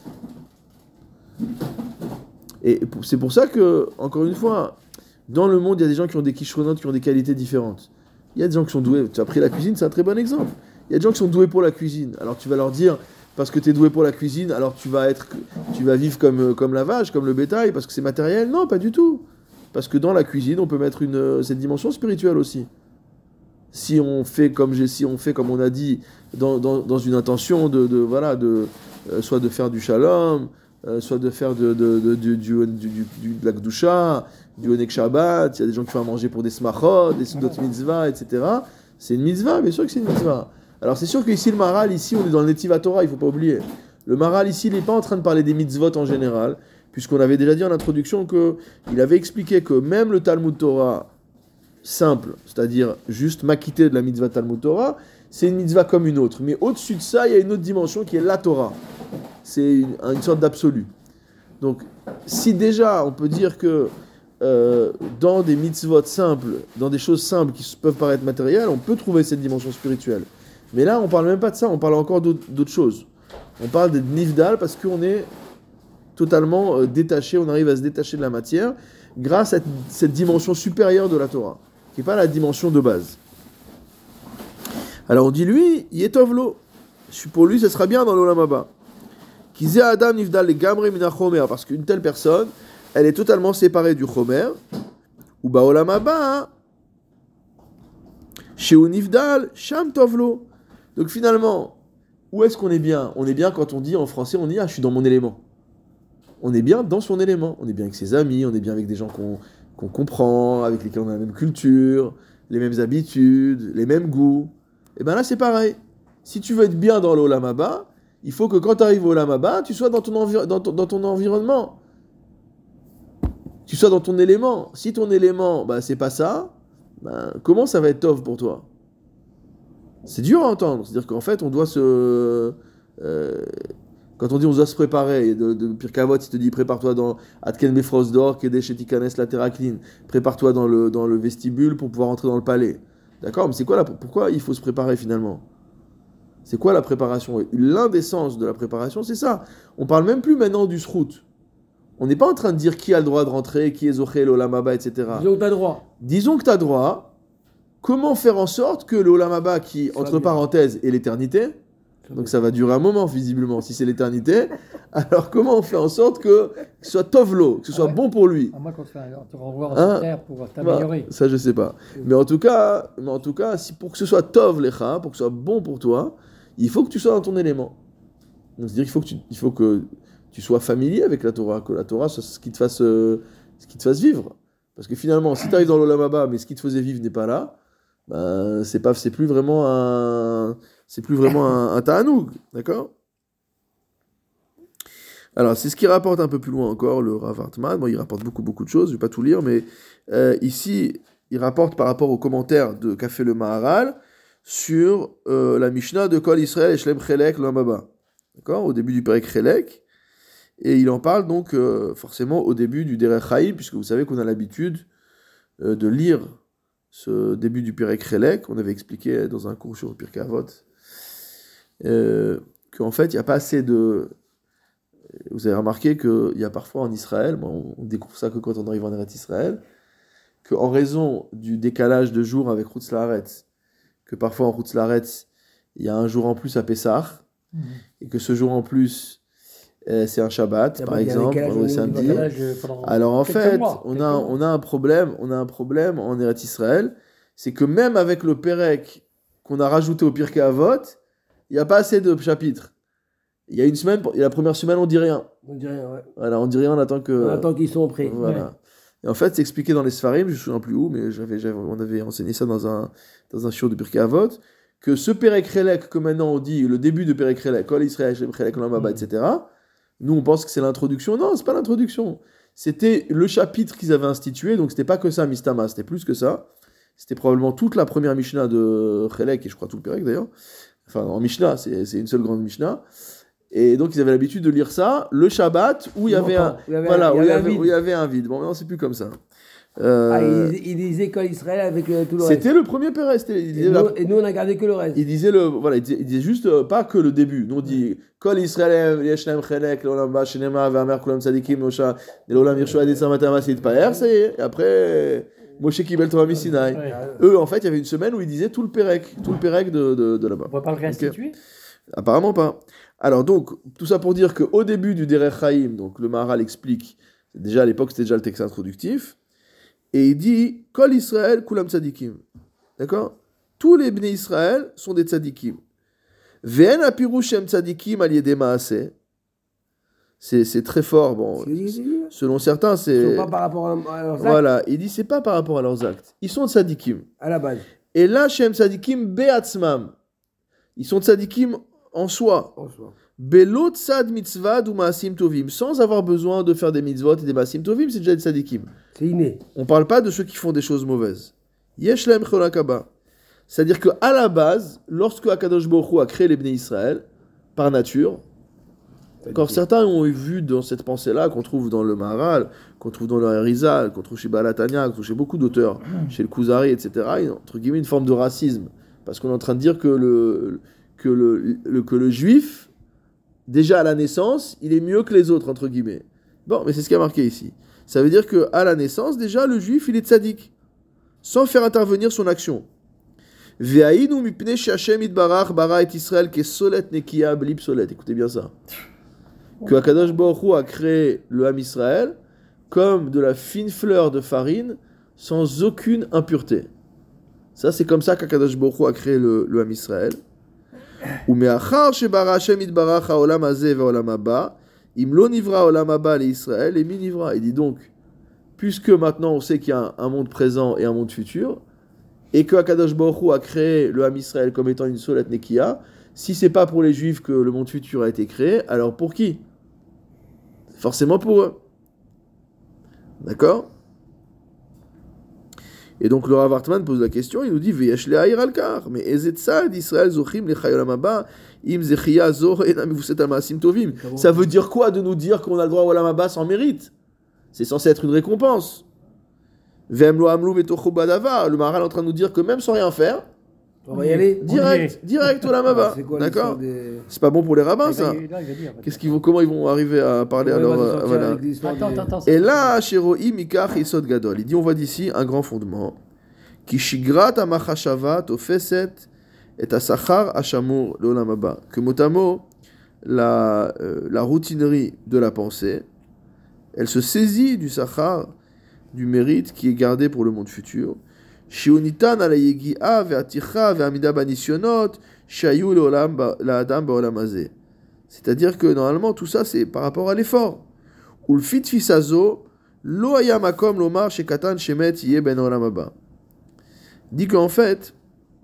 Et c'est pour ça que, encore une fois, dans le monde, il y a des gens qui ont des kishronotes, qui ont des qualités différentes. Il y a des gens qui sont doués. Tu as pris la cuisine, c'est un très bon exemple. Il y a des gens qui sont doués pour la cuisine. Alors tu vas leur dire, parce que tu es doué pour la cuisine, alors tu vas, être, tu vas vivre comme, comme la vache, comme le bétail, parce que c'est matériel. Non, pas du tout. Parce que dans la cuisine, on peut mettre une, cette dimension spirituelle aussi. Si on fait comme, j'ai, si on, fait comme on a dit, dans, dans, dans une intention de, de, voilà, de, euh, soit de faire du shalom, euh, soit de faire de, de, de, de, du, du, du, du, de la Kedusha, du Onek Shabbat, il y a des gens qui font à manger pour des smachot, des sudot mitzvah, et cetera. C'est une mitzvah, bien sûr que c'est une mitzvah. Alors c'est sûr qu'ici, le Maharal, ici, on est dans le Netiv Torah, il ne faut pas oublier. Le Maharal, ici, il n'est pas en train de parler des mitzvot en général, puisqu'on avait déjà dit en introduction qu'il avait expliqué que même le Talmud Torah simple, c'est-à-dire juste m'acquitter de la mitzvah Talmud Torah, c'est une mitzvah comme une autre. Mais au-dessus de ça, il y a une autre dimension qui est la Torah. C'est une, une sorte d'absolu. Donc, si déjà on peut dire que euh, dans des mitzvot simples, dans des choses simples qui peuvent paraître matérielles, on peut trouver cette dimension spirituelle. Mais là, on ne parle même pas de ça, on parle encore d'autres, d'autres choses. On parle de nifdal parce qu'on est totalement euh, détaché, on arrive à se détacher de la matière grâce à cette dimension supérieure de la Torah, qui n'est pas la dimension de base. Alors on dit lui, Yetovlo, pour lui, ce sera bien dans l'Olam Haba. Kizé Adam nifdal le gamre mina chomer, parce qu'une telle personne, elle est totalement séparée du chomer, ou ba Olam Haba, chez nifdal sham tovlo. Donc finalement, où est-ce qu'on est bien ? On est bien quand on dit en français, on dit ah, je suis dans mon élément. On est bien dans son élément. On est bien avec ses amis, on est bien avec des gens qu'on, qu'on comprend, avec lesquels on a la même culture, les mêmes habitudes, les mêmes goûts. Et bien là, c'est pareil. Si tu veux être bien dans l'Olam Haba, il faut que quand tu arrives au Olam Haba, tu sois dans ton, envi- dans, ton, dans ton environnement. Tu sois dans ton élément. Si ton élément, bah, c'est pas ça, bah, comment ça va être tov pour toi ? C'est dur à entendre. C'est-à-dire qu'en fait, on doit se... Euh, quand on dit on doit se préparer, de, de Pirkei Avot, il te dit prépare-toi dans Atken Befros Dor, Kedesh Etikanes la Teraklin, prépare-toi dans le, dans le vestibule pour pouvoir entrer dans le palais. D'accord ? Mais c'est quoi la, pourquoi il faut se préparer finalement ? C'est quoi la préparation ? L'un des sens de la préparation, c'est ça. On parle même plus maintenant du srout. On n'est pas en train de dire qui a le droit de rentrer, qui est Zoché, l'Olam Haba, et cetera. Disons que tu as droit. Disons que tu as droit. Comment faire en sorte que le Olam Haba, qui, Ça entre bien. parenthèses, est l'éternité, donc ça va durer un moment, visiblement, si c'est l'éternité, alors comment on fait en sorte que ce soit tovlo, que ce soit Ah ouais. bon pour lui ? À moins qu'on te, fait- on te renvoie en Hein terre pour Bah, t'améliorer. ça, je sais pas. Mais en tout cas, mais en tout cas si pour que ce soit tov lecha, pour que ce soit bon pour toi, il faut que tu sois dans ton élément. Donc, c'est-à-dire qu'il faut que tu, il faut que tu sois familier avec la Torah, que la Torah soit ce qui te fasse, euh, ce qui te fasse vivre. Parce que finalement, si tu arrives dans l'Olam Haba, mais ce qui te faisait vivre n'est pas là, ben, c'est pas, c'est plus vraiment un, c'est plus vraiment un, un ta'anoug, d'accord ? Alors, c'est ce qu'il rapporte un peu plus loin encore, le Rav Hartman. Bon, il rapporte beaucoup, beaucoup de choses, je vais pas tout lire, mais euh, ici, il rapporte par rapport aux commentaires de qu'a fait le Maharal sur euh, la Mishnah de Kol Israël et Shlem Chelek l'Olam Haba. D'accord ? Au début du Perek Chelek. Et il en parle donc euh, forcément au début du Derech Chaim, puisque vous savez qu'on a l'habitude euh, de lire ce début du Perek Chelek, on avait expliqué dans un cours sur Pirkei Avot, euh, qu'en fait, il n'y a pas assez de... Vous avez remarqué qu'il y a parfois en Israël, bon, on découvre ça que quand on arrive en Eretz Israël, qu'en raison du décalage de jours avec Chutz La'aretz, que parfois en Chutz La'aretz, il y a un jour en plus à Pessah, mmh. et que ce jour en plus, euh, c'est un Shabbat, par exemple, le samedi. Alors en fait, mois, on, a, on a un problème, on a un problème en Eretz Israël, c'est que même avec le Perek qu'on a rajouté au Pirkei Avot, il n'y a pas assez de chapitres. Il y a une semaine, et la première semaine, on dit rien. On dit rien, ouais. Voilà, on dit rien, on attend que... On attend qu'ils sont prêts. Voilà. Ouais. Et en fait, c'est expliqué dans les Sfarim, je ne me souviens plus où, mais j'avais, j'avais, on avait enseigné ça dans un, dans un shiur de Pirkei Avot, que ce Perek Chelek, que maintenant on dit, le début de Perek Chelek, Kol Israël, Shem Chelek, Olam Haba, et cetera, nous on pense que c'est l'introduction. Non, c'est pas l'introduction. C'était le chapitre qu'ils avaient institué, donc c'était pas que ça, Mistama, c'était plus que ça. C'était probablement toute la première Mishnah de Chelek, et je crois tout le Perek d'ailleurs. Enfin, en Mishnah, c'est, c'est une seule grande Mishnah. Et donc, ils avaient l'habitude de lire ça, le Shabbat, où il y avait un, voilà, où il y avait, où il y avait un vide. Bon, maintenant, c'est plus comme ça. Euh, Ah, il, il disait Kol Israël avec euh, tout le reste. c'était le premier Pérez. C'était, il Et disait nous, la- et nous, on a gardé que le reste. Il disait le voilà, il disait, il disait juste euh, pas que le début. Nous on dit Kol Israël yesh lahem chelek leolam ba shenema ve'amer kulam tzadikim nosha leolam yirshu ad Yisrael matam asid paer. Ça y est. Et après Moshe kibel Torah misinai. Ouais. Eux en fait il y avait une semaine où ils disaient tout le Pérec, tout le Pérec de, de, de là-bas. On va pas le réinstituer. Ok. Apparemment pas. Alors donc tout ça pour dire qu'au début du Derech Chaim, donc le Maharal explique déjà à l'époque c'était déjà le texte introductif et il dit Kol Israël kulam tzadikim. D'accord? Tous les Bnei Israël sont des tzadikim. Ve'en apirush shem tzadikim al yedei maaseh. C'est c'est très fort. Bon, C'est dit, c'est dit. selon certains, Ils c'est sont pas par rapport à, à leurs actes, voilà. Il dit c'est pas par rapport à leurs actes. Ils sont tzadikim. à la base. Et là, shem tzadikim be'atzmam. Ils sont tzadikim en soi. En soi. Belo tzad mitzvah ou maasim tovim, sans avoir besoin de faire des mitzvot et des maasim tovim, c'est déjà des tzadikim. C'est inné. On parle pas de ceux qui font des choses mauvaises. Yesh lahem cholakaba. C'est-à-dire qu'à la base, lorsque Akadosh Baruch Hu a créé les Bnei Israël, par nature, encore certains ont vu dans cette pensée-là, qu'on trouve dans le Maharal, qu'on trouve dans le Harizal, qu'on trouve chez Balatania, qu'on trouve chez beaucoup d'auteurs, chez le Kuzari, et cetera, il y a, entre guillemets une forme de racisme. Parce qu'on est en train de dire que le, que le, le, que le juif, déjà à la naissance, il est mieux que les autres, entre guillemets. Bon, mais c'est ce qui a marqué ici. Ça veut dire qu'à la naissance, déjà, le juif, il est tzaddik, sans faire intervenir son action. Ve'aïnu mipnei she'Hashem itbarach bara et Israël kesolet nekiya bli psolet. Écoutez bien ça. Que Akadosh Baruch Hu a créé le Ham Israël comme de la fine fleur de farine sans aucune impureté. Ça, c'est comme ça qu'Akadosh Baruch Hu a créé le, le Ham Israël. Umeachar shebara Hashem itbarach haolam hazeh ve'olam haba, im lo nivra haolam haba le Israël et mi nivra. Il dit donc, puisque maintenant on sait qu'il y a un, un monde présent et un monde futur, et que Akadosh Baruch Hu a créé le Ham Israël comme étant une solette nekiya, si c'est pas pour les Juifs que le monde futur a été créé, alors pour qui? Forcément pour eux. D'accord? Et donc le Rav Hartman pose la question, il nous dit Veyesh le'ayir al kar, mais ezet tzad Israël zochim lechai olam haba, im zechiya zor ena mivuset al maasim tovim. Ça veut dire quoi de nous dire qu'on a le droit au olam haba sans mérite? C'est censé être une récompense. Vem lo amlu betocho badavar, le Maharal est en train de nous dire que même sans rien faire, On va y aller. direct, direct au Lamaba. C'est quoi D'accord? l'histoire des- C'est pas bon pour les rabbins, Il va- ça. il va- il va dire. Qu'est-ce qu'ils vont, comment ils vont arriver à parler On va alors nous euh, sortir voilà. avec l'histoire Attends, des- attends, attends. Et là, Sheroim Ikach Yisod Gadol. Il dit, on voit d'ici un grand fondement. Ki shigrat amachashava tofeset et asachar ashamur l'olam haba. Que mot à mot, la, euh, la routinerie de la pensée, elle se saisit du sachar, du mérite qui est gardé pour le monde futur. Shionitan ala yegi'a ve'aticha ve'amida banisyonot shayu l'olam la'adam ba'olam hazeh. C'est-à-dire que normalement tout ça c'est par rapport à l'effort. Ulfit fisazo lo haya makom lomar shekatan shemet yeh ben olam haba. Dit qu'en fait,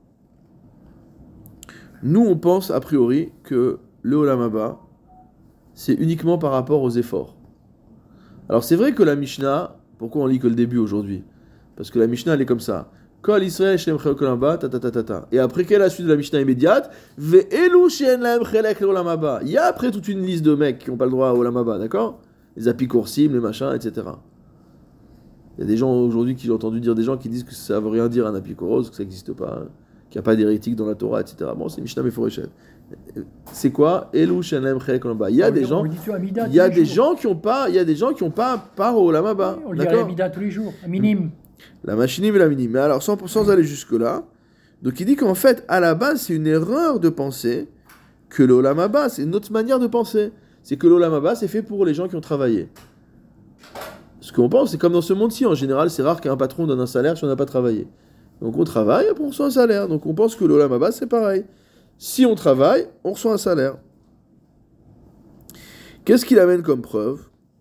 nous on pense a priori que le olam haba c'est uniquement par rapport aux efforts. Alors c'est vrai que la Mishnah, pourquoi on lit que le début aujourd'hui? Parce que la Mishnah elle est comme ça. Kol Israël shem chelek olam haba, ta ta ta ta ta. Et après quelle est la suite de la Mishnah immédiate? Ve'elu shen lahem chelek olam haba. Il y a après toute une liste de mecs qui n'ont pas le droit au olam haba, d'accord? Les apicoursim, les machins, et cetera. Il y a des gens aujourd'hui qui j'ai entendu dire des gens qui disent que ça veut rien dire un apikoros, que ça n'existe pas, hein, qu'il n'y a pas d'hérétique dans la Torah, et cetera. Bon, c'est Mishnah Meforeshet. C'est quoi? Elu shen lahem chelek olam haba. Il y a On des lit- gens. on lit sur Amida Il y a tous les des jours. gens qui ont pas, il y a des gens qui ont pas part au olam haba. On lit à D'accord? Amida tous les jours, un minime. La machine et la minime. Mais alors, sans, sans aller jusque-là, donc il dit qu'en fait, à la base, c'est une erreur de penser que le olam haba, c'est une autre manière de penser. C'est que le olam haba, c'est fait pour les gens qui ont travaillé. Ce qu'on pense, c'est comme dans ce monde-ci, en général, c'est rare qu'un patron donne un salaire si on n'a pas travaillé. Donc on travaille, après on reçoit un salaire. Donc on pense que le olam haba, c'est pareil. Si on travaille, on reçoit un salaire. Qu'est-ce qu'il amène comme preuve?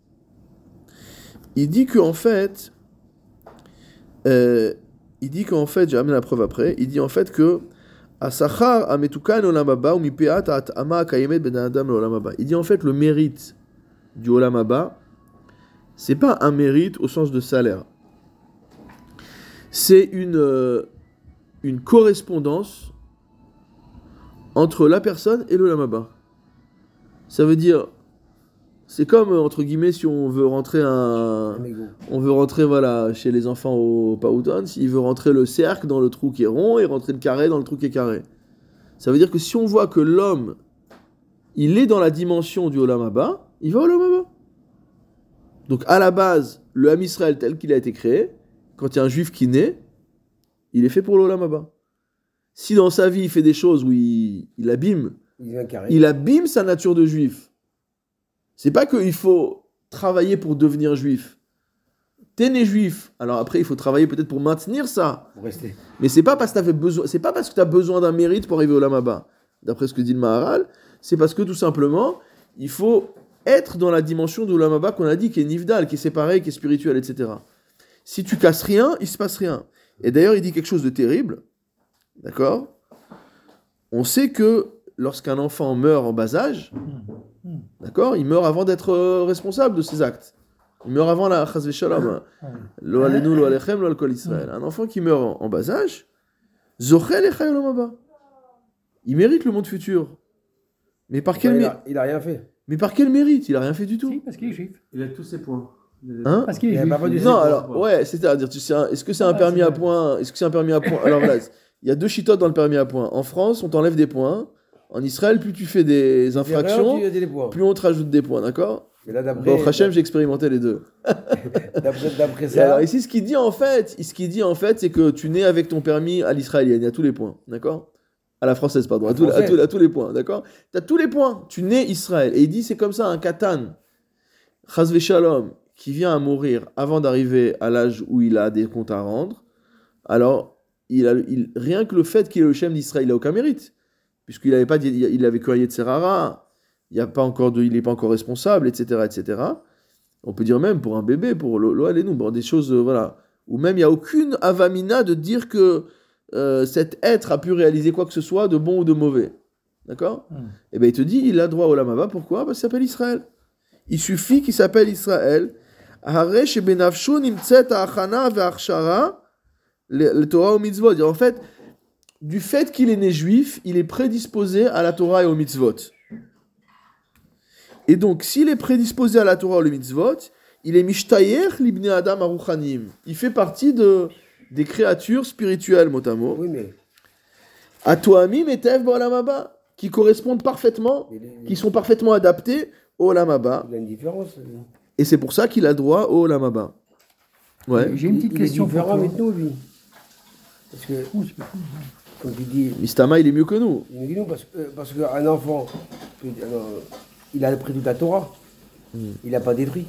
Il dit qu'en fait, euh, il dit qu'en fait, j'ai amené la preuve après, il dit en fait que Asachar ametukan olam haba ou mipeat at'ama kayemet ben adam olam haba. Il dit en fait le mérite du olam haba, c'est pas un mérite au sens de salaire. C'est une, euh, une correspondance entre la personne et le olam haba. Ça veut dire, C'est comme, entre guillemets, si on veut rentrer un... On veut rentrer, voilà, chez les enfants au Paouton, s'il veut rentrer le cercle dans le trou qui est rond et rentrer le carré dans le trou qui est carré. Ça veut dire que si on voit que l'homme, il est dans la dimension du Olam Haba, il va au Olam Haba. Donc, à la base, le Ham Israël tel qu'il a été créé, quand il y a un juif qui naît, il est fait pour l'Olam Haba. Si dans sa vie, il fait des choses où il, il abîme, il, il abîme sa nature de juif. C'est pas qu'il faut travailler pour devenir juif. T'es né juif, alors après il faut travailler peut-être pour maintenir ça. Pour rester. Mais c'est pas parce que t'avais besoin, c'est pas parce que tu as besoin d'un mérite pour arriver au Olam Haba. D'après ce que dit le Maharal, c'est parce que tout simplement, il faut être dans la dimension de l'Olam Haba qu'on a dit, qui est nifdal, qui est séparé, qui est spirituel, et cetera. Si tu casses rien, il se passe rien. Et d'ailleurs, il dit quelque chose de terrible. D'accord ? On sait que lorsqu'un enfant meurt en bas âge, d'accord, il meurt avant d'être euh, responsable de ses actes. Il meurt avant la chas v'shalom. Lo alenu, lo alechem, lo al kol Israël. Un enfant qui meurt en, en bas âge, zochel echai olam haba. Il mérite le monde futur. Mais par quel il, mérite a, il a rien fait. Mais par quel mérite ? Il a rien fait du tout. Si, parce qu'il est juif. Il a tous ses points. Hein ? Parce qu'il est Il a juif. pas du Non, ses alors, points. ouais, c'est-à-dire, tu sais, un- est-ce que c'est un Ah, permis c'est à vrai. points ? Est-ce que c'est un permis à points ? Alors là, il y a deux chitotes dans le permis à points. En France, on t'enlève des points. En Israël, plus tu fais des infractions, Tu as des points. plus on te rajoute des points, d'accord ? Mais là, d'après, Bon, Hachem, j'ai expérimenté les deux. d'après, d'après Et ça, alors ici, ce qu'il dit en fait, ce qu'il dit en fait, c'est que tu nais avec ton permis à l'israélienne, il y a tous les points, d'accord ? À la française, pardon, à, tous- à Française. tous- à tous les points, d'accord ? Tu as tous les points, tu nais Israël. Et il dit, c'est comme ça, un katan, chas v'shalom, qui vient à mourir avant d'arriver à l'âge où il a des comptes à rendre, alors il a, il, rien que le fait qu'il est le Shem d'Israël, il n'a aucun mérite, puisqu'il avait pas, dit- il avait que de Serara, il n'est pas encore de, il n'est pas encore responsable, et cetera, et cetera. On peut dire même pour un bébé, pour l'Oal et nous, bon, des choses, euh, voilà, où même il n'y a aucune avamina de dire que euh, cet être a pu réaliser quoi que ce soit de bon ou de mauvais. D'accord ? Mm. Et bien il te dit, il a droit au Olam Haba, pourquoi ? Parce qu'il s'appelle Israël. Il suffit qu'il s'appelle Israël. Haresh benafshu nimtzet ha'achana ve'achshara le Torah au mitzvot. En fait, du fait qu'il est né juif, il est prédisposé à la Torah et aux mitzvot. Et donc, s'il est prédisposé à la Torah et aux mitzvot, il est mishtayer libnei adam aruchanim. Il fait partie de, des créatures spirituelles, mot à mot. oui, mais Atoamim et tev ba'olam haba, qui correspondent parfaitement, il, est- qui sont parfaitement adaptés au Olam Haba. il a une différence. Et c'est pour ça qu'il a droit au Olam Haba. Ouais. J'ai une petite il, question il est pour différent toi. avec nous, lui. Parce que, Oh, c'est pas cool. comme tu dis, Mistama, il est mieux que nous. il est nous parce, que- euh, parce qu'un enfant, tu- alors, il a appris toute la Torah. Il n'a pas détruit.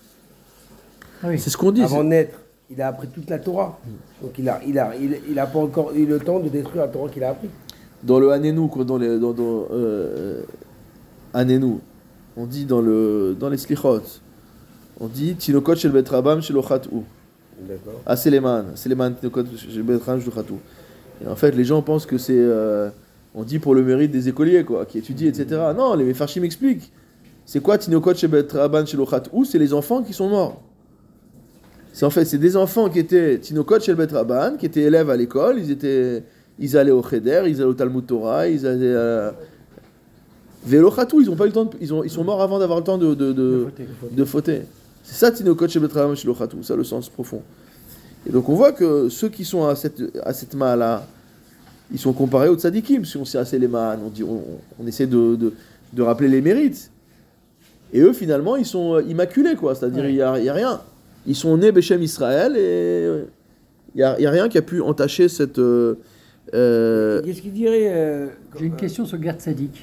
Oui. C'est ce qu'on dit. Avant de naître, il a appris toute la Torah. Donc il a, il a, il, il a pas encore eu le temps de détruire la Torah qu'il a appris. Dans le Hanénou, quoi, dans les, dans, dans, euh, Hanénou, on dit dans, le, dans les Slichot, on dit Tinokot shel bet rabam shel ochat'u. D'accord. Ah, Seleman, Seleman Tinokot shel bet rabam shel ochat'u. Et en fait, les gens pensent que c'est, euh, on dit pour le mérite des écoliers, quoi, qui étudient, et cetera. Non, les Mefarshim m'expliquent. C'est quoi Tinokot shel bet rabam shel ochat'u ? C'est les enfants qui sont morts. C'est en fait, c'est des enfants qui étaient Tinokot shel bet rabam, qui étaient élèves à l'école, ils étaient, ils allaient au Cheder, ils allaient au Talmud Torah, ils allaient à Vélo Khatou, ils ont pas eu le temps de, ils ont, ils sont morts avant d'avoir le temps de, de, de, de fauter. C'est ça Tinokot shel bet rabam shel ochat'u, ça le sens profond. Et donc on voit que ceux qui sont à cette, à cette maha-là, ils sont comparés aux tzadikim. Si on sait assez les mahan, on, dit, on, on essaie de, de, de rappeler les mérites. Et eux, finalement, ils sont immaculés, quoi. C'est-à-dire, il Ouais. n'y a, a rien. Ils sont nés Béchem Israël et il n'y a, a rien qui a pu entacher cette... Euh, euh, Qu'est-ce qu'il dirait euh, J'ai une question sur Gerd Sadik.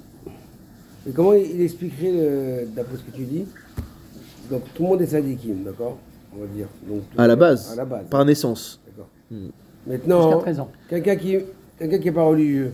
Et comment il expliquerait, le- d'après ce que tu dis, donc tout le monde est sadikim, d'accord? On va dire. Donc, à la base, À la base. par naissance. D'accord. Hmm. Jusqu'à Maintenant, treize ans. quelqu'un qui quelqu'un qui n'est pas religieux,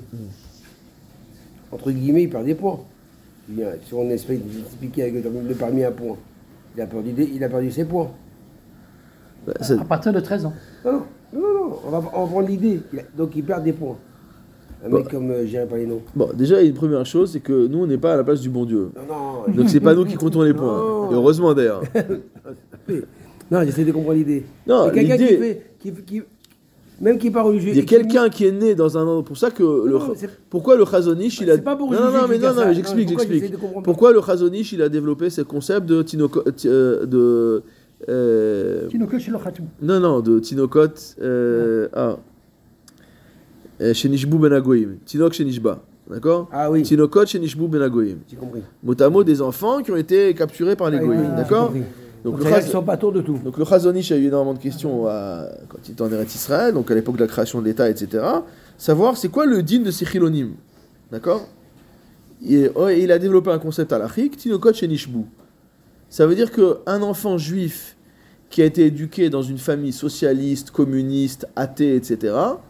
entre guillemets, il perd des points. Il vient- Si on essaie d'expliquer avec le le permis à points, il a perdu, des- il a perdu ses points. Bah, ça- À partir de treize ans. Non, non, non, non, on va, on va prendre l'idée. Il a- Donc il perd des points. Un Bah. mec comme euh, Gérard Palino. Bon, déjà, il y a une première chose, c'est que nous, on n'est pas à la place du bon Dieu. Non, non, Donc c'est pas nous qui comptons les points. Non. Et heureusement d'ailleurs. non, j'essaie de comprendre l'idée. Non, Mais quelqu'un qui l'idée- fait. Qui, qui, même qui n'est pas religieux. Il y a et qui- quelqu'un qui est né dans un endroit. Pour ça que le, non, c'est- pourquoi le Chazon Ish, il a. c'est pas pour non, non, juger non, mais que je non, dis ça. non, mais Non, j'explique, pourquoi j'explique. j'essaie de comprendre Pourquoi le Chazon Ish, il a développé ce concept de tinoko, ti- euh, de. euh, Tinokot chez le Khatou. non, non, de tinokot. Euh, ah. Euh, Shenishbu ben Agoyim. Tinok Shenishba. D'accord. Ah oui, Tinokot Shenishbu ben Agoyim. j'ai compris. Mot à mot, des enfants qui ont été capturés par les Ah, oui, Goyim. oui, D'accord. j'ai compris. Donc, Donc, le c'est-à-dire Chaz- qu'ils sont pas tours de tout. donc le Chazon Ish a eu énormément de questions à- quand il était en Eretz Israël, donc à l'époque de la création de l'État, et cetera. Savoir c'est quoi le din de ces chilonim. D'accord. Et, oh, et il a développé un concept halachique, Tinokot Shenishbu. Ça veut dire qu'un enfant juif qui a été éduqué dans une famille socialiste, communiste, athée, et cetera.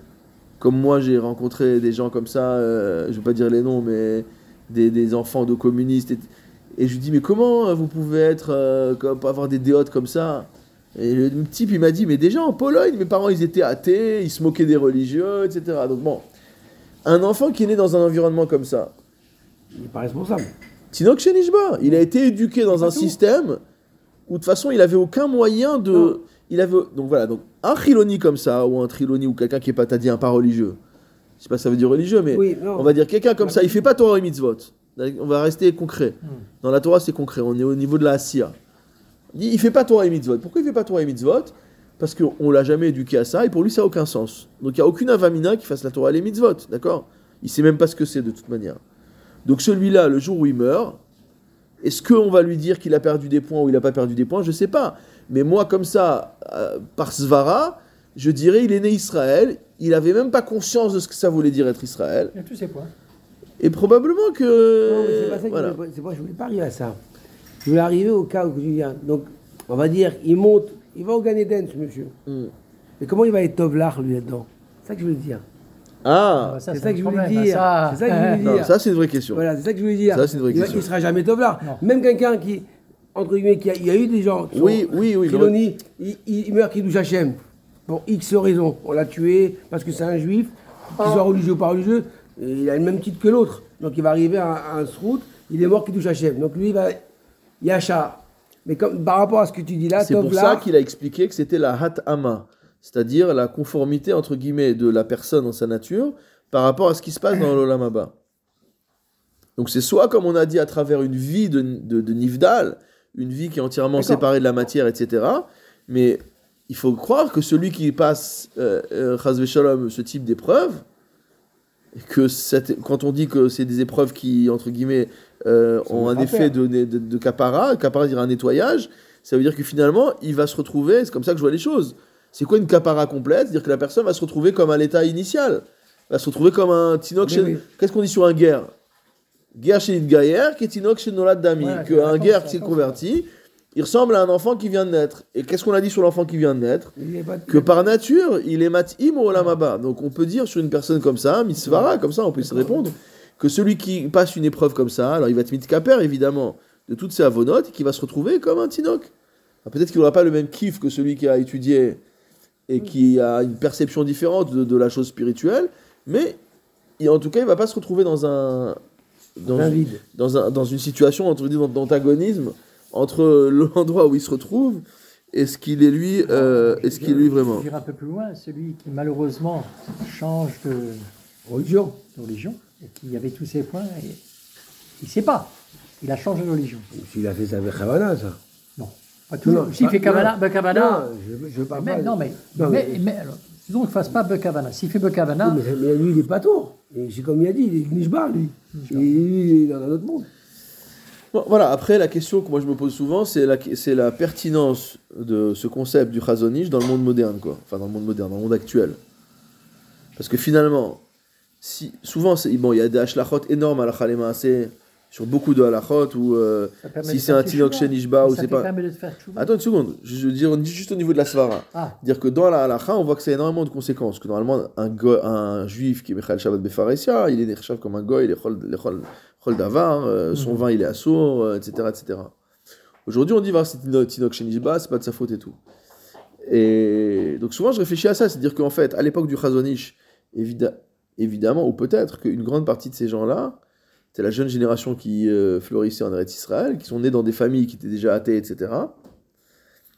Comme moi, j'ai rencontré des gens comme ça, euh, je ne vais pas dire les noms, mais des, des enfants de communistes. Et, et je lui dis, mais comment vous pouvez être, euh, comme- avoir des déotes comme ça? Et le type, il m'a dit, mais déjà en Pologne, mes parents, ils étaient athées, ils se moquaient des religieux, et cetera. Donc bon, un enfant qui est né dans un environnement comme ça, Il n'est pas responsable. Tinok Shenishba, il a été éduqué dans C'est un pas tout. système où de toute façon il avait aucun moyen de. Non. Il avait donc voilà donc un chiloni comme ça ou un triloni ou quelqu'un qui est pas t'as dit un pas religieux. Je sais pas si ça veut dire religieux mais Oui, non. on va dire quelqu'un comme ça il fait pas Torah et mitzvot. On va rester concret. Dans la Torah c'est concret. On est au niveau de la Asiya. Il il fait pas Torah et mitzvot. Pourquoi il fait pas Torah et mitzvot? Parce qu'on l'a jamais éduqué à ça et pour lui ça a aucun sens. Donc il y a aucune avamina qui fasse la Torah et les mitzvot, d'accord? Il sait même pas ce que c'est de toute manière. Donc celui-là, le jour où il meurt, est-ce qu'on va lui dire qu'il a perdu des points ou il n'a pas perdu des points? Je ne sais pas. Mais moi, comme ça, euh, par Svara, je dirais il est né Israël, il n'avait même pas conscience de ce que ça voulait dire être Israël. Il y a tous ces points. Et probablement que... Non, mais c'est pas ça que voilà. je voulais, c'est pas, je voulais pas arriver à ça. Je voulais arriver au cas où tu viens. Donc, on va dire, il monte, il va au Gan Eden, ce monsieur. Hmm. Mais comment il va être Tovlar, lui, là-dedans? C'est ça que je voulais dire. Ah, Ça, C'est c'est ça un que je voulais problème, dire. ça. C'est ça que je voulais non, dire. ça c'est une vraie question. Voilà, c'est ça que je voulais dire. Ça, c'est une vraie il, va- question. il sera jamais Tovlar. Non. Même quelqu'un qui, entre guillemets, qui a, il y a eu des gens qui sont Oui, oui, oui, Filoni, il, il meurt qui douche Hachem. Pour X raisons. On l'a tué parce que c'est un juif, qu'il soit religieux ou pas religieux, et il a le même titre que l'autre. Donc il va arriver à, à un srout, il est mort qui douche Hachem. Donc lui, il va. Yacha. Mais comme, par rapport à ce que tu dis là, C'est pour Tovlar, ça qu'il a expliqué que c'était la hat-ama, c'est-à-dire la conformité entre guillemets de la personne en sa nature par rapport à ce qui se passe dans l'Olam Haba. Donc c'est soit, comme on a dit, à travers une vie de, de, de Nifdal, une vie qui est entièrement D'accord. séparée de la matière, et cetera. Mais il faut croire que celui qui passe, euh, euh, Chas v'Shalom, ce type d'épreuve, et que cette, quand on dit que c'est des épreuves qui, entre guillemets, euh, Ça ont va un pas effet faire. de, de, de kapara, kapara dire un nettoyage, ça veut dire que finalement, il va se retrouver, c'est comme ça que je vois les choses. C'est quoi une kapara complète? C'est-à-dire que la personne va se retrouver comme à l'état initial. Va se retrouver comme un tinok Oui, chez... oui. Qu'est-ce qu'on dit sur un guerre? Guerre chez une guerrière qui est tinok chez Nolad Dami. Voilà, que c'est un la guerre réponse, qui s'est la réponse. converti, il ressemble à un enfant qui vient de naître. Et qu'est-ce qu'on a dit sur l'enfant qui vient de naître? il est pas- Que par nature, il est mat'im au olam haba. Donc on peut dire sur une personne comme ça, mitzvara, comme ça on peut se répondre, que celui qui passe une épreuve comme ça, alors il va être mitkaper évidemment de toutes ses avonotes et qui va se retrouver comme un tinok. Alors, peut-être qu'il n'aura pas le même kiff que celui qui a étudié et qui a une perception différente de, de la chose spirituelle, mais il- en tout cas il ne va pas se retrouver dans un... Dans, Un une- vide. dans, un, dans une situation entre guillemets, d'antagonisme entre l'endroit où il se retrouve et ce qu'il est lui, euh, et ce qu'il est lui vraiment. Je dirais un peu plus loin, celui qui malheureusement change de, Religion. de religion et qui avait tous ses points, et il ne sait pas. Il a changé de religion. S'il a fait ça avec Havana, ça. Non. Pas toujours. Non, S'il pas- fait Kavana, non. Bekavana. Non, je, je parle Mais, pas. non, mais, Non, mais, mais- mais alors, disons qu'il ne fasse pas Bekavana. S'il fait Bekavana, Oui, mais, mais lui, il est pas tour. Et c'est comme il a dit, il est Nishbar, lui. Et lui, il est dans un autre monde. Bon, voilà, après la question que moi je me pose souvent, c'est la, c'est la pertinence de ce concept du Chazon Ish dans le monde moderne, quoi. Enfin, dans le monde moderne, dans le monde actuel. Parce que finalement, si, souvent, c'est, bon, il y a des halachot énormes à la Khalema, c'est sur beaucoup de halachot, où euh, ça permet si de c'est faire un tinok tchouva. shenishba ou Ça c'est te pas. permet de te faire tchouva. Attends une seconde, je, je veux dire on dit juste au niveau de la svara. Ah, Dire que dans la halacha, on voit que ça a énormément de conséquences. Que normalement, un, go, un juif qui est Mechal Shabbat Befaresia, il est nechshav comme un goy, il est chol, il est chol, chol davar, euh, son Mhm. vin il est assour, euh, et cetera, et cetera. Aujourd'hui, on dit voir c'est Tinok Tinok Shenishba, c'est pas de sa faute et tout. Et donc souvent, je réfléchis à ça, c'est-à-dire qu'en fait, à l'époque du Chazon Ish, évida- évidemment, ou peut-être qu'une grande partie de ces gens-là, c'est la jeune génération qui euh, fleurissait en Eretz Israël, qui sont nés dans des familles qui étaient déjà athées, et cetera.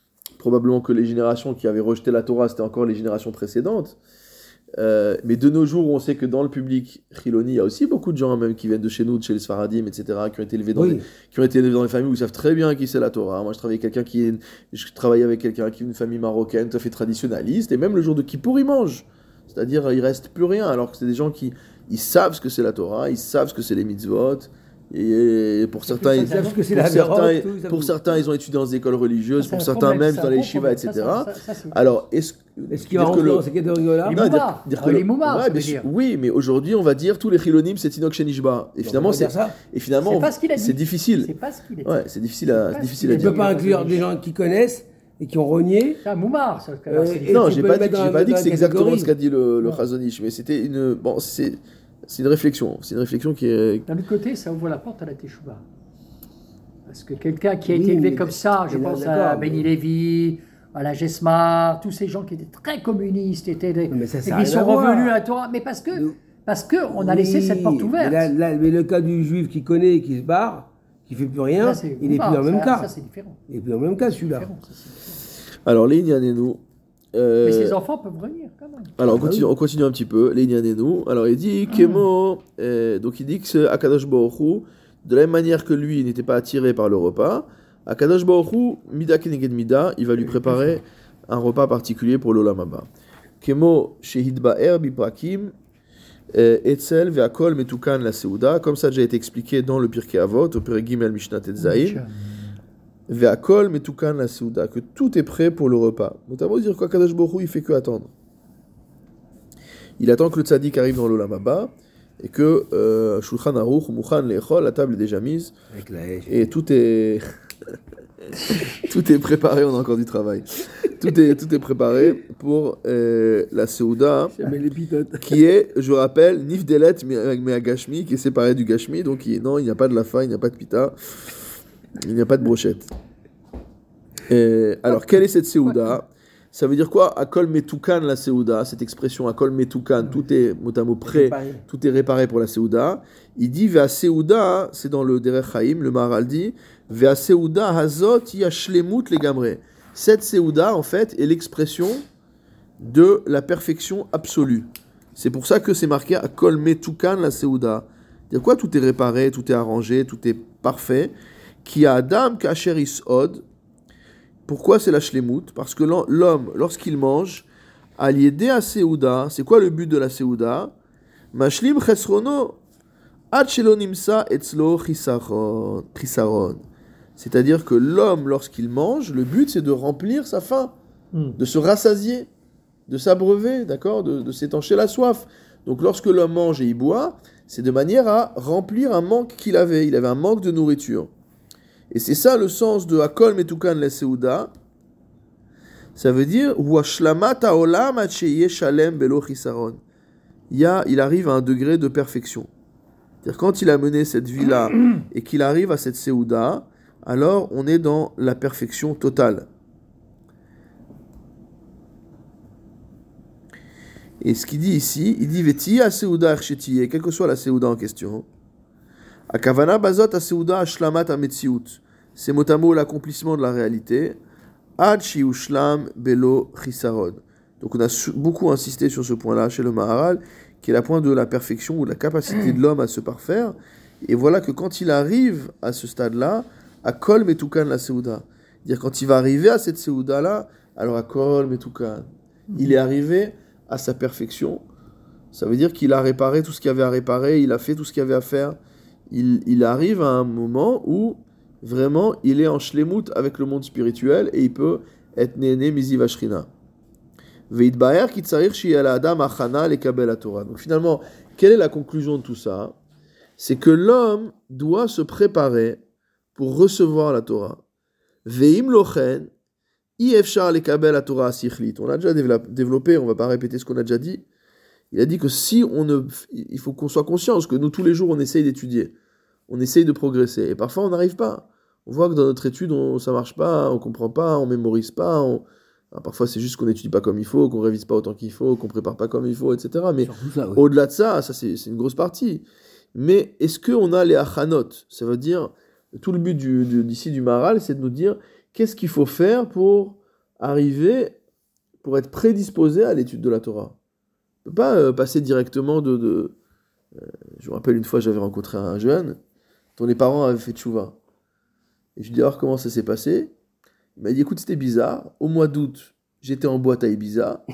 probablement que les générations qui avaient rejeté la Torah, c'était encore les générations précédentes. Euh, mais de nos jours, on sait que dans le public Chiloni, il y a aussi beaucoup de gens même qui viennent de chez nous, de chez les Sfaradim, et cetera, qui ont été élevés dans, Oui. des, qui ont été élevés dans des familles où ils savent très bien qui c'est la Torah. Moi, je travaille avec quelqu'un qui est, je travaille avec quelqu'un qui est une famille marocaine, tout à fait traditionnaliste, et même le jour de Kippour, ils mangent. C'est-à-dire, il reste plus rien, alors que c'est des gens qui ils savent ce que c'est la Torah, ils savent ce que c'est les mitzvot. Et pour certains, ils, savent ce que c'est pour la certains, Torah, tout, ils pour savent certains, ils ont étudié dans des écoles religieuses, Ça, pour c'est un certains problème, même c'est dans un les gros shivas, problème. Ça, et cetera. ça, ça, ça, c'est- Alors, est-ce, Est-ce qu'il va dire que rentrer le- dans ces catégories-là Les Non, dire- moumards. dire Ah, que les le- moumards, ouais, ça veut mais dire. oui, mais aujourd'hui, on va dire tous les chilonim, c'est Tinok Shenishba. Et finalement, on va dire c'est, ça. et finalement, C'est pas ce qu'il a dit. c'est difficile. C'est pas ce qu'il a dit. Ouais, c'est difficile à, C'est c'est pas difficile ce à qu'il Tu a peux dire. pas inclure des gens qui connaissent et qui ont renié. C'est un moumard, ça. Euh, c'est- et Non, tu j'ai peux pas le dit, mettre j'ai dans- pas dit dans que c'est la exactement catégorie. ce qu'a dit le, le Non. Chazonish, mais c'était une, bon, c'est, c'est une réflexion. C'est une réflexion qui est. D'un autre côté, ça ouvre la porte à la teshuva. Parce que quelqu'un qui a Oui, été élevé mais- comme ça, je mais pense d'accord, à mais- Benny Lévy, à la Gesmar, tous ces gens qui étaient très communistes, étaient des... Mais ça, ça et a puis rien sont à voir. revenus à la Torah. Mais parce que, Nous- parce que on a laissé Oui, cette porte Mais, ouverte. là, là, mais le cas du juif qui connaît et qui se barre, qui fait plus rien, Là, c'est il n'est plus moumard, dans le même ça- cas. Ça, c'est différent. Il n'est plus dans le même cas, celui-là. Différent, ça, c'est différent. Alors, les Inyanenu. euh, Mais ces enfants peuvent revenir quand même. Alors, on Ah bah continue, oui. on continue un petit peu. Les Inyanenu. Alors, il dit Kemo. euh, donc, il dit que c'est Akadosh Baruch Hu, de la même manière que lui, il n'était pas attiré par le repas. Akadosh Baruch Hu, Mida Keneged Mida, il va lui préparer un repas particulier pour l'Olam Haba. Kemo Shehid Ba'er Biprakim. euh, Etzel Ve'akol Metukan la Seuda. Comme ça a déjà été expliqué dans le Pirkei Avot, au Perek Gimel Mishnah Tetzaïn. Ve'akol Metukan la Seuda. Que tout est prêt pour le repas. Notamment dire quoi, Akadosh Baruch Hu, il fait que attendre. Il attend que le tzaddik arrive dans l'Olam Haba et que euh, Shulchan Aruch, Mukhan Lechol, la table est déjà mise Avec la hache. et tout est tout est préparé. On a encore du travail. Tout est tout est préparé pour euh, la Seuda, Ça met les pitotes. qui est, je rappelle, Nifdelet mais à Gashmi, qui est séparé du Gashmi. Donc il- non, il n'y a pas de lafa, il n'y a pas de pita, il n'y a pas de brochette. Et, alors quelle est cette Seuda? Ça veut dire quoi? Akol Metukan la Seuda, cette expression Akol Metukan, tout est mot à mot prêt, Réparé. tout est réparé pour la Seuda. Il dit Vea Seuda, c'est dans le Derech Chaim, le Maharal dit Vea Seuda Hazot Yashlemut Legamre. Cette Seuda, en fait, est l'expression de la perfection absolue. C'est pour ça que c'est marqué Akol Metukan la Seuda. C'est-à-dire quoi? Tout est réparé, tout est arrangé, tout est parfait. Qui a Adam Kacher Isod. Pourquoi c'est la shlemut? Parce que l'homme, lorsqu'il mange, aliédé à Seuda, c'est quoi le but de la Seuda? Mashlim chesrono, ad shelo nimsa etzlo chisaron. chisaron. C'est-à-dire que l'homme, lorsqu'il mange, le but c'est de remplir sa faim, Hmm. de se rassasier, de s'abreuver, d'accord, de, de s'étancher la soif. Donc lorsque l'homme mange et il boit, c'est de manière à remplir un manque qu'il avait. Il avait un manque de nourriture. Et c'est ça le sens de Akol Metukan la Seuda. Ça veut dire Washlamat haolam ad sheyeh shalem belo chisaron. Il y a- il arrive à un degré de perfection. C'est-à-dire quand il a mené cette vie-là et qu'il arrive à cette Seuda, alors on est dans la perfection totale. Et ce qu'il dit ici, il dit Veti a Seuda archetiye, quelle que soit la Seuda en question. Akavana bazot a Seuda ashlamat ametziut. C'est mot à mot l'accomplissement de la réalité. Ad shiushlam belo chisaron. Donc on a su- beaucoup insisté sur ce point-là chez le Maharal, qui est la point de la perfection ou de la capacité de l'homme à se parfaire. Et voilà que quand il arrive à ce stade-là, à kol metukan la Seuda. C'est-à-dire quand il va arriver à cette Seuda-là, alors à kol metukan. Il est arrivé à sa perfection. Ça veut dire qu'il a réparé tout ce qu'il y avait à réparer, il a fait tout ce qu'il y avait à faire. Il, il arrive à un moment où vraiment il est en shlemut avec le monde spirituel et il peut être néné misi vashrina. Veitbaer ki tsarir shi ala adam achana lekabel haTorah. Donc finalement, quelle est la conclusion de tout ça? C'est que l'homme doit se préparer pour recevoir la Torah. Veim lochen i efshar lekabel haTorah sichlit. On a déjà développé- développé, on va pas répéter ce qu'on a déjà dit. Il a dit que si on ne, il faut qu'on soit conscient que nous tous les jours on essaye d'étudier, on essaye de progresser et parfois on n'arrive pas. On voit que dans notre étude on, ça marche pas, on comprend pas, on mémorise pas. On... Alors, parfois c'est juste qu'on n'étudie pas comme il faut, qu'on révise pas autant qu'il faut, qu'on prépare pas comme il faut, et cetera. Mais Surtout ça, oui. au-delà de ça, ça c'est, c'est une grosse partie. Mais est-ce qu'on a les achanot? Ça veut dire, tout le but du, du- d'ici du Maharal, c'est de nous dire qu'est-ce qu'il faut faire pour arriver pour être prédisposé à l'étude de la Torah. On ne peut pas euh, passer directement de... de euh, je me rappelle une fois, j'avais rencontré un jeune dont les parents avaient fait tchouva. Et je lui dis alors comment ça s'est passé. Il m'a dit écoute, c'était bizarre. Au mois d'août, j'étais en boîte à Ibiza.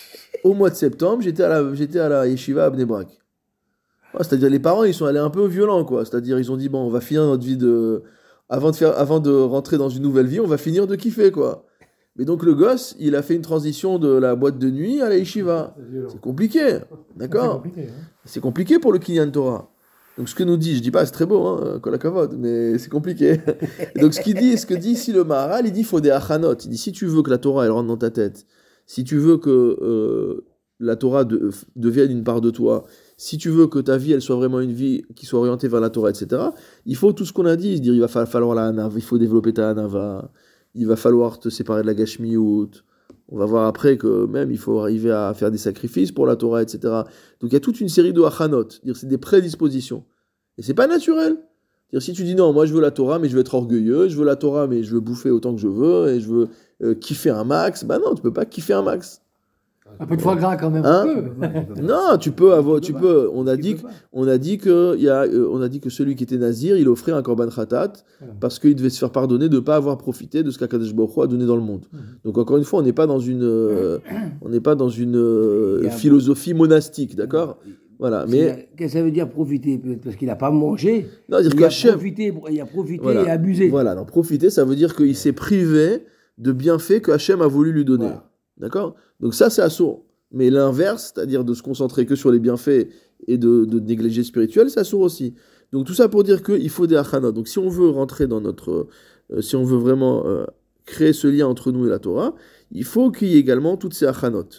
Au mois de septembre, j'étais à la, j'étais à la yeshiva à Bnei Brak. Ouais, c'est-à-dire les parents, ils sont allés un peu violents, quoi. C'est-à-dire ils ont dit bon, on va finir notre vie de... Avant de, faire... Avant de rentrer dans une nouvelle vie, on va finir de kiffer, quoi. Mais donc le gosse, il a fait une transition de la boîte de nuit à la yeshiva. C'est compliqué, d'accord ? C'est compliqué, hein. C'est compliqué pour le Kinyan Torah. Donc ce que nous dit, je dis pas c'est très beau, hein, kol hakavod, mais c'est compliqué. Donc ce qu'il dit, ce que dit ici le Maharal, il dit il faut des achanot. Il dit si tu veux que la Torah elle rentre dans ta tête, si tu veux que euh, la Torah de, devienne une part de toi, si tu veux que ta vie elle soit vraiment une vie qui soit orientée vers la Torah, et cetera. Il faut tout ce qu'on a dit. Il, dit, il va falloir la hanava, il faut développer ta hanava, il va falloir te séparer de la gashmiout. On va voir après que même il faut arriver à faire des sacrifices pour la Torah, et cetera. Donc il y a toute une série de achanot, c'est des prédispositions. Et c'est pas naturel. C'est-à-dire, si tu dis non, moi je veux la Torah, mais je veux être orgueilleux, je veux la Torah, mais je veux bouffer autant que je veux, et je veux euh, kiffer un max, bah non, tu peux pas kiffer un max. Un peu de foie gras quand même. Hein un peu. Non, tu peux avoir, tu peux. On a dit, que, on a dit que, il y a, euh, on a dit que celui qui était nazir, il offrait un korban khatat parce qu'il devait se faire pardonner de ne pas avoir profité de ce qu'Akadosh Baruch Hu a donné dans le monde. Donc encore une fois, on n'est pas dans une, euh, on n'est pas dans une euh, philosophie monastique, d'accord ? Voilà, mais qu'est-ce que ça veut dire profiter? Parce qu'il n'a pas mangé. Non, dire il, que a Hachem... profité, il a profité voilà. et abusé. Voilà, donc profiter, ça veut dire qu'il s'est privé de bienfaits que Hachem a voulu lui donner. Voilà. D'accord ? Donc ça, c'est assourd. Mais l'inverse, c'est-à-dire de se concentrer que sur les bienfaits et de, de négliger le spirituel, c'est assourd aussi. Donc tout ça pour dire qu'il faut des achanot. Donc si on veut rentrer dans notre... Euh, si on veut vraiment euh, créer ce lien entre nous et la Torah, il faut qu'il y ait également toutes ces achanot.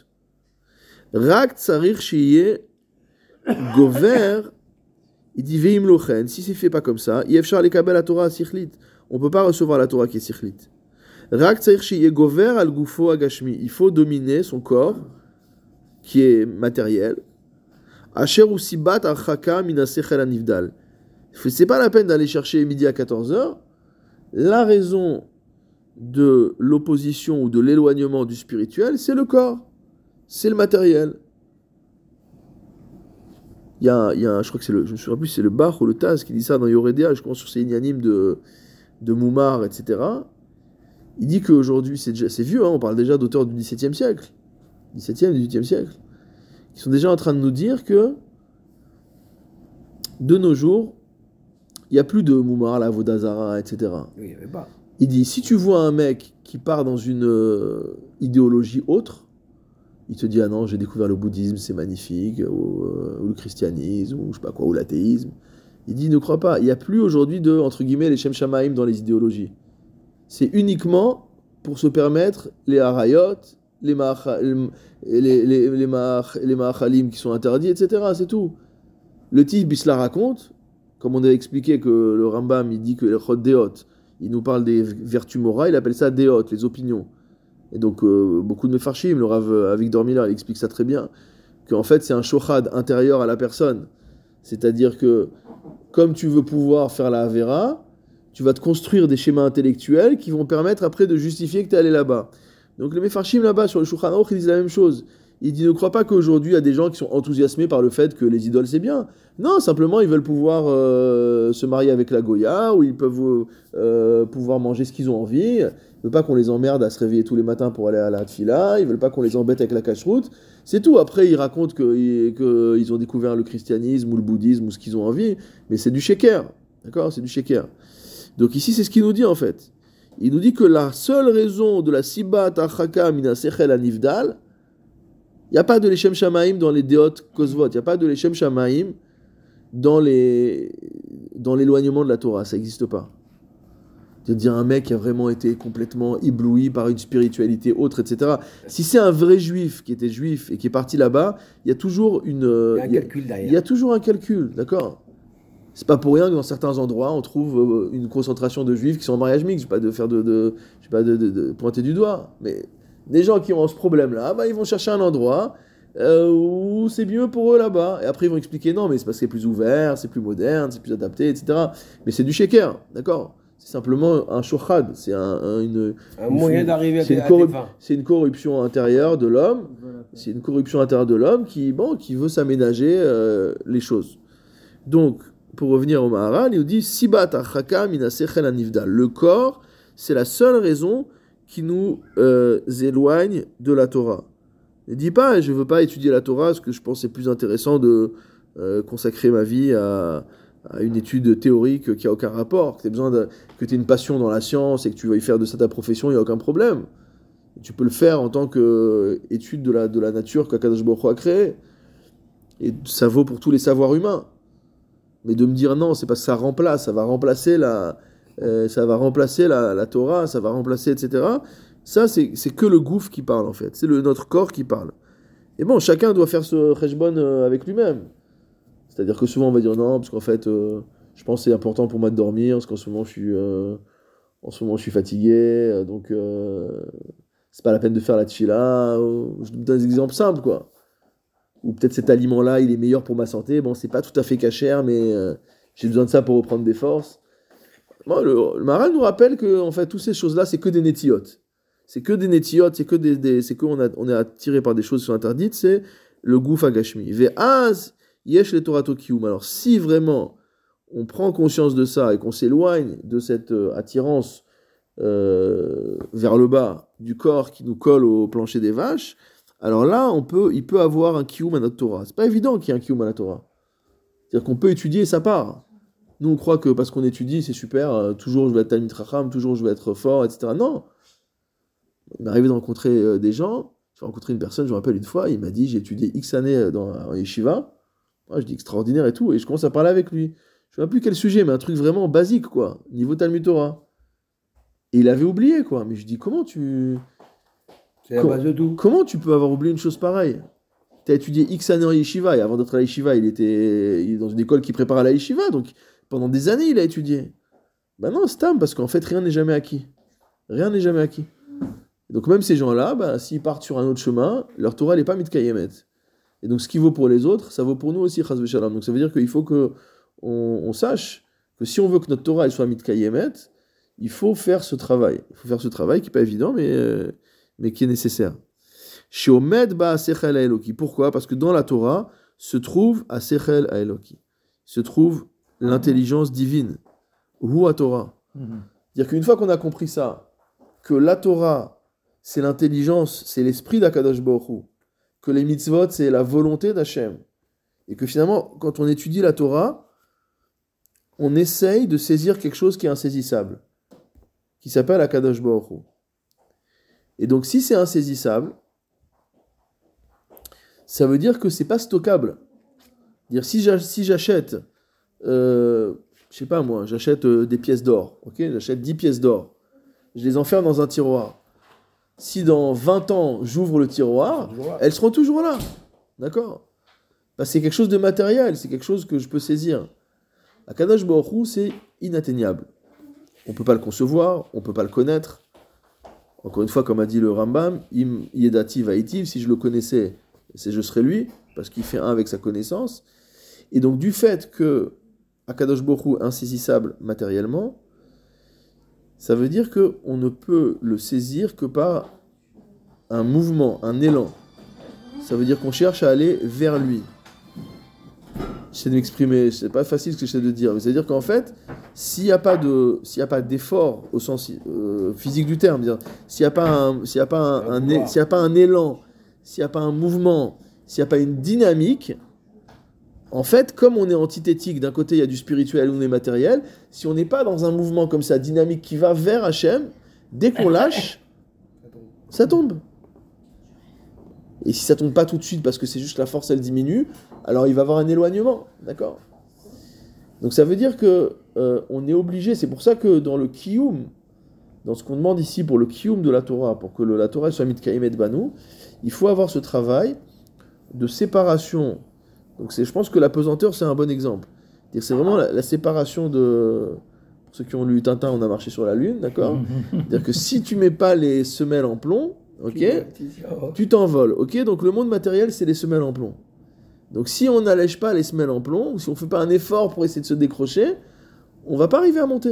Rak tsarir shiye gover, il dit veim lochen, si c'est fait pas comme ça, yefshar lekabel la Torah sikhlit. On peut pas recevoir la Torah qui est sikhlit. Rak tsarir shiye gover al gufo agashmi. Il faut dominer son corps qui est matériel. Asher ou sibat archaka mina sechel anivdal. C'est pas la peine d'aller chercher midi à quatorze heures. La raison de l'opposition ou de l'éloignement du spirituel, c'est le corps, c'est le matériel. Il y a, il y a je crois que c'est le, je me souviens plus, c'est le Bach ou le Taz qui dit ça dans Yoredea, je crois sur ses inanimes de, de Moumar, et cetera. Il dit qu'aujourd'hui, c'est, déjà, c'est vieux, hein, on parle déjà d'auteurs du dix-septième siècle, dix-septième, dix-huitième siècle, qui sont déjà en train de nous dire que de nos jours, il n'y a plus de Moumar, la Vodazara, et cetera. Oui, il n'y avait pas. Il dit, si tu vois un mec qui part dans une euh, idéologie autre, il te dit, ah non, j'ai découvert le bouddhisme, c'est magnifique, ou, euh, ou le christianisme, ou je sais pas quoi, ou l'athéisme. Il dit, ne crois pas, il n'y a plus aujourd'hui de, entre guillemets, les Shem Shamaim dans les idéologies. C'est uniquement pour se permettre les harayot, les ma'achalim les, les, les, les, ma'ach, les ma'achalim qui sont interdits, et cetera. C'est tout. Le type, il se la raconte, comme on a expliqué que le Rambam, il dit que les chod deot, il nous parle des vertus morales, il appelle ça deot, les opinions. Et donc, euh, beaucoup de mefarshim, le Rav Avigdor Miller, il explique ça très bien, qu'en fait, c'est un shochad intérieur à la personne. C'est-à-dire que, comme tu veux pouvoir faire la Avera, tu vas te construire des schémas intellectuels qui vont permettre après de justifier que tu es allé là-bas. Donc, les mefarshim là-bas, sur le Shulchan Aruch, ils disent la même chose. Il dit, ne crois pas qu'aujourd'hui, il y a des gens qui sont enthousiasmés par le fait que les idoles, c'est bien. Non, simplement, ils veulent pouvoir euh, se marier avec la Goya, ou ils peuvent euh, pouvoir manger ce qu'ils ont envie. Ils ne veulent pas qu'on les emmerde à se réveiller tous les matins pour aller à la tfila. Ils ne veulent pas qu'on les embête avec la cache-route. C'est tout. Après, ils racontent qu'ils que ils ont découvert le christianisme ou le bouddhisme ou ce qu'ils ont envie. Mais c'est du sheker. D'accord ? C'est du sheker. Donc ici, c'est ce qu'il nous dit, en fait. Il nous dit que la seule raison de la sibat achaka mina sechel anivdal, il n'y a pas de l'Eshem Shamaim dans les Deot Kozvot. Il n'y a pas de l'Eshem Shamaim dans, les... dans l'éloignement de la Torah. Ça n'existe pas. C'est-à-dire un mec qui a vraiment été complètement ébloui par une spiritualité autre, et cetera. Si c'est un vrai juif qui était juif et qui est parti là-bas, il y a toujours une... Il y a un calcul derrière. Il y a toujours un calcul, d'accord ? C'est pas pour rien que dans certains endroits, on trouve une concentration de juifs qui sont en mariage mixte. Je ne vais pas de faire de, de, je vais pas de, de, de pointer du doigt, mais... Des gens qui ont ce problème-là, bah, ils vont chercher un endroit euh, où c'est mieux pour eux là-bas. Et après, ils vont expliquer non, mais c'est parce que c'est plus ouvert, c'est plus moderne, c'est plus adapté, et cetera. Mais c'est du sheker, d'accord ? C'est c'est simplement un shochad, c'est un, un, une, Un une- moyen d'arriver à c'est tes une, à tes corrup- fins. c'est une corruption intérieure de l'homme, Voilà. c'est une corruption intérieure de l'homme qui, bon, qui veut s'aménager euh, les choses. Donc, pour revenir au Maharal, il nous dit Sibat achaka mina sechel anivdal. Le corps, c'est la seule raison qui nous euh, éloigne de la Torah. Ne dis pas, je ne veux pas étudier la Torah, parce que je pense que c'est plus intéressant de euh, consacrer ma vie à, à une étude théorique qui n'a aucun rapport, que tu aies besoin de, que tu aies une passion dans la science et que tu veuilles faire de ça ta profession, il n'y a aucun problème. Tu peux le faire en tant qu'étude de la, de la nature qu'Akadosh Baruch Hu a créée. Et ça vaut pour tous les savoirs humains. Mais de me dire non, c'est parce que ça remplace, ça va remplacer la, euh, ça va remplacer la, la Torah, ça va remplacer, et cetera. Ça, c'est, c'est que le gouffre qui parle, en fait. C'est le, notre corps qui parle. Et bon, chacun doit faire ce cheshbon euh, avec lui-même. C'est-à-dire que souvent, on va dire non, parce qu'en fait, euh, je pense que c'est important pour moi de dormir, parce qu'en ce moment, je suis, euh, en ce moment, je suis fatigué, euh, donc euh, c'est pas la peine de faire la tchila. Ou, je donne des exemples simples, quoi. Ou peut-être cet aliment-là, il est meilleur pour ma santé. Bon, c'est pas tout à fait cachère, mais euh, j'ai besoin de ça pour reprendre des forces. Bon, le, le Maharal nous rappelle que, en fait, toutes ces choses-là, c'est que des nétiotes. C'est que des nétiotes, c'est que des, des c'est qu'on a, on est attiré par des choses qui sont interdites, c'est le gouf agashmi. Ve'az yesh le Torato kiyum. Alors, si vraiment on prend conscience de ça et qu'on s'éloigne de cette euh, attirance euh, vers le bas du corps qui nous colle au plancher des vaches, alors là, on peut, il peut avoir un kiyum à notre Torah. C'est pas évident qu'il y ait un kiyum à la Torah. C'est-à-dire qu'on peut étudier sa part. Nous, on croit que parce qu'on étudie, c'est super, euh, toujours je vais être Talmid Chacham, toujours je vais être fort, et cetera. Non. Il m'est arrivé de rencontrer euh, des gens. J'ai rencontré une personne, je me rappelle une fois, il m'a dit j'ai étudié X années dans un yeshiva. Moi, je dis extraordinaire et tout, et je commence à parler avec lui. Je ne sais même plus quel sujet, mais un truc vraiment basique, quoi, niveau Talmud Torah. Et il avait oublié, quoi. Mais je dis comment tu. C'est la Com- base de tout. Comment tu peux avoir oublié une chose pareille? Tu as étudié X années en yeshiva, et avant d'être à la yeshiva, il était il est dans une école qui prépare à la yeshiva, donc pendant des années, il a étudié. Ben non, c'est tam, parce qu'en fait, rien n'est jamais acquis. Rien n'est jamais acquis. Donc même ces gens-là, bah, s'ils partent sur un autre chemin, leur Torah n'est pas mitkayemet. Et donc ce qui vaut pour les autres, ça vaut pour nous aussi, chas v'shalom. Donc ça veut dire qu'il faut que on, on sache que si on veut que notre Torah elle soit mitkayemet, il faut faire ce travail. Il faut faire ce travail qui n'est pas évident, mais, euh, mais qui est nécessaire. Sheomed ba sechel haeloki. Pourquoi? Parce que dans la Torah se trouve a sechel haeloki. Se trouve l'intelligence divine. Hu ha Torah. C'est-à-dire qu'une fois qu'on a compris ça, que la Torah c'est l'intelligence, c'est l'esprit d'Akadosh Baruch Hu, que les mitzvot, c'est la volonté d'Hachem. Et que finalement, quand on étudie la Torah, on essaye de saisir quelque chose qui est insaisissable, qui s'appelle Akadosh Baruch Hu. Et donc, si c'est insaisissable, ça veut dire que c'est pas stockable. Dire si, j'ach- si j'achète, euh, je sais pas moi, j'achète euh, des pièces d'or, ok, j'achète dix pièces d'or, je les enferme dans un tiroir. Si dans vingt ans, j'ouvre le tiroir, elles seront toujours là. D'accord? Parce que c'est quelque chose de matériel, c'est quelque chose que je peux saisir. Akadosh Baruch Hu, c'est inatteignable. On ne peut pas le concevoir, on ne peut pas le connaître. Encore une fois, comme a dit le Rambam, im yedati va'itiv, si je le connaissais, c'est je serais lui, parce qu'il fait un avec sa connaissance. Et donc, du fait que Akadosh Baruch Hu est insaisissable matériellement, ça veut dire qu'on ne peut le saisir que par un mouvement, un élan. Ça veut dire qu'on cherche à aller vers lui. J'essaie de m'exprimer, c'est pas facile ce que j'essaie de dire, mais c'est-à-dire qu'en fait, s'il n'y a pas de, s'il y a pas d'effort au sens euh, physique du terme, dire, s'il n'y a pas un, s'il y a pas un, un é- s'il y a pas un élan, s'il n'y a pas un mouvement, s'il n'y a pas une dynamique, en fait, comme on est antithétique, d'un côté il y a du spirituel, on est matériel, si on n'est pas dans un mouvement comme ça, dynamique qui va vers Hachem, dès qu'on lâche, ça tombe. Et si ça tombe pas tout de suite parce que c'est juste la force elle diminue, alors il va y avoir un éloignement, d'accord? Donc ça veut dire que euh, on est obligé, c'est pour ça que dans le kiyum, dans ce qu'on demande ici pour le kiyum de la Torah, pour que le, la Torah soit mitkayemet banu, il faut avoir ce travail de séparation. Donc c'est, je pense que la pesanteur c'est un bon exemple. C'est-à-dire, c'est vraiment la, la séparation de... Pour ceux qui ont lu Tintin, on a marché sur la lune, d'accord? C'est-à-dire que si tu mets pas les semelles en plomb, ok, tu t'envoles, ok? Donc le monde matériel c'est les semelles en plomb. Donc si on n'allège pas les semelles en plomb, ou si on fait pas un effort pour essayer de se décrocher, on va pas arriver à monter.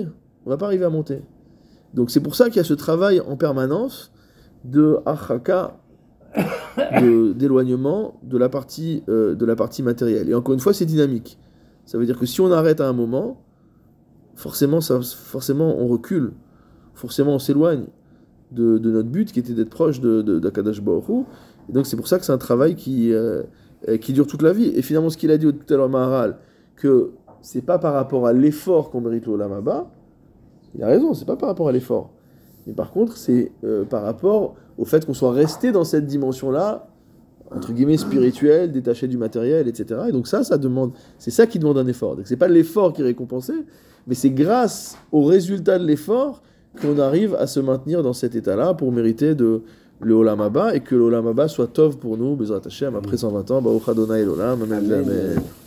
on va pas arriver à monter. Donc c'est pour ça qu'il y a ce travail en permanence de haraka, de, d'éloignement de la partie euh, de la partie matérielle. Et encore une fois, c'est dynamique. Ça veut dire que si on arrête à un moment, forcément, ça, forcément on recule, forcément on s'éloigne de, de notre but qui était d'être proche de, de, d'Akadosh Baruch Hu. Et donc c'est pour ça que c'est un travail qui, euh, qui dure toute la vie. Et finalement, ce qu'il a dit tout à l'heure, Maharal, que c'est pas par rapport à l'effort qu'on mérite l'Olam Haba, il a raison, c'est pas par rapport à l'effort. Mais par contre, c'est euh, par rapport au fait qu'on soit resté dans cette dimension-là, entre guillemets spirituelle, détaché du matériel, et cetera. Et donc ça, ça demande, c'est ça qui demande un effort. Donc c'est pas l'effort qui est récompensé, mais c'est grâce au résultat de l'effort qu'on arrive à se maintenir dans cet état-là pour mériter de le Olam Haba et que le Olam Haba soit tov pour nous, Bezrat Hashem, après cent vingt ans, Baruch Adonai l'Olam, Amen. Amen.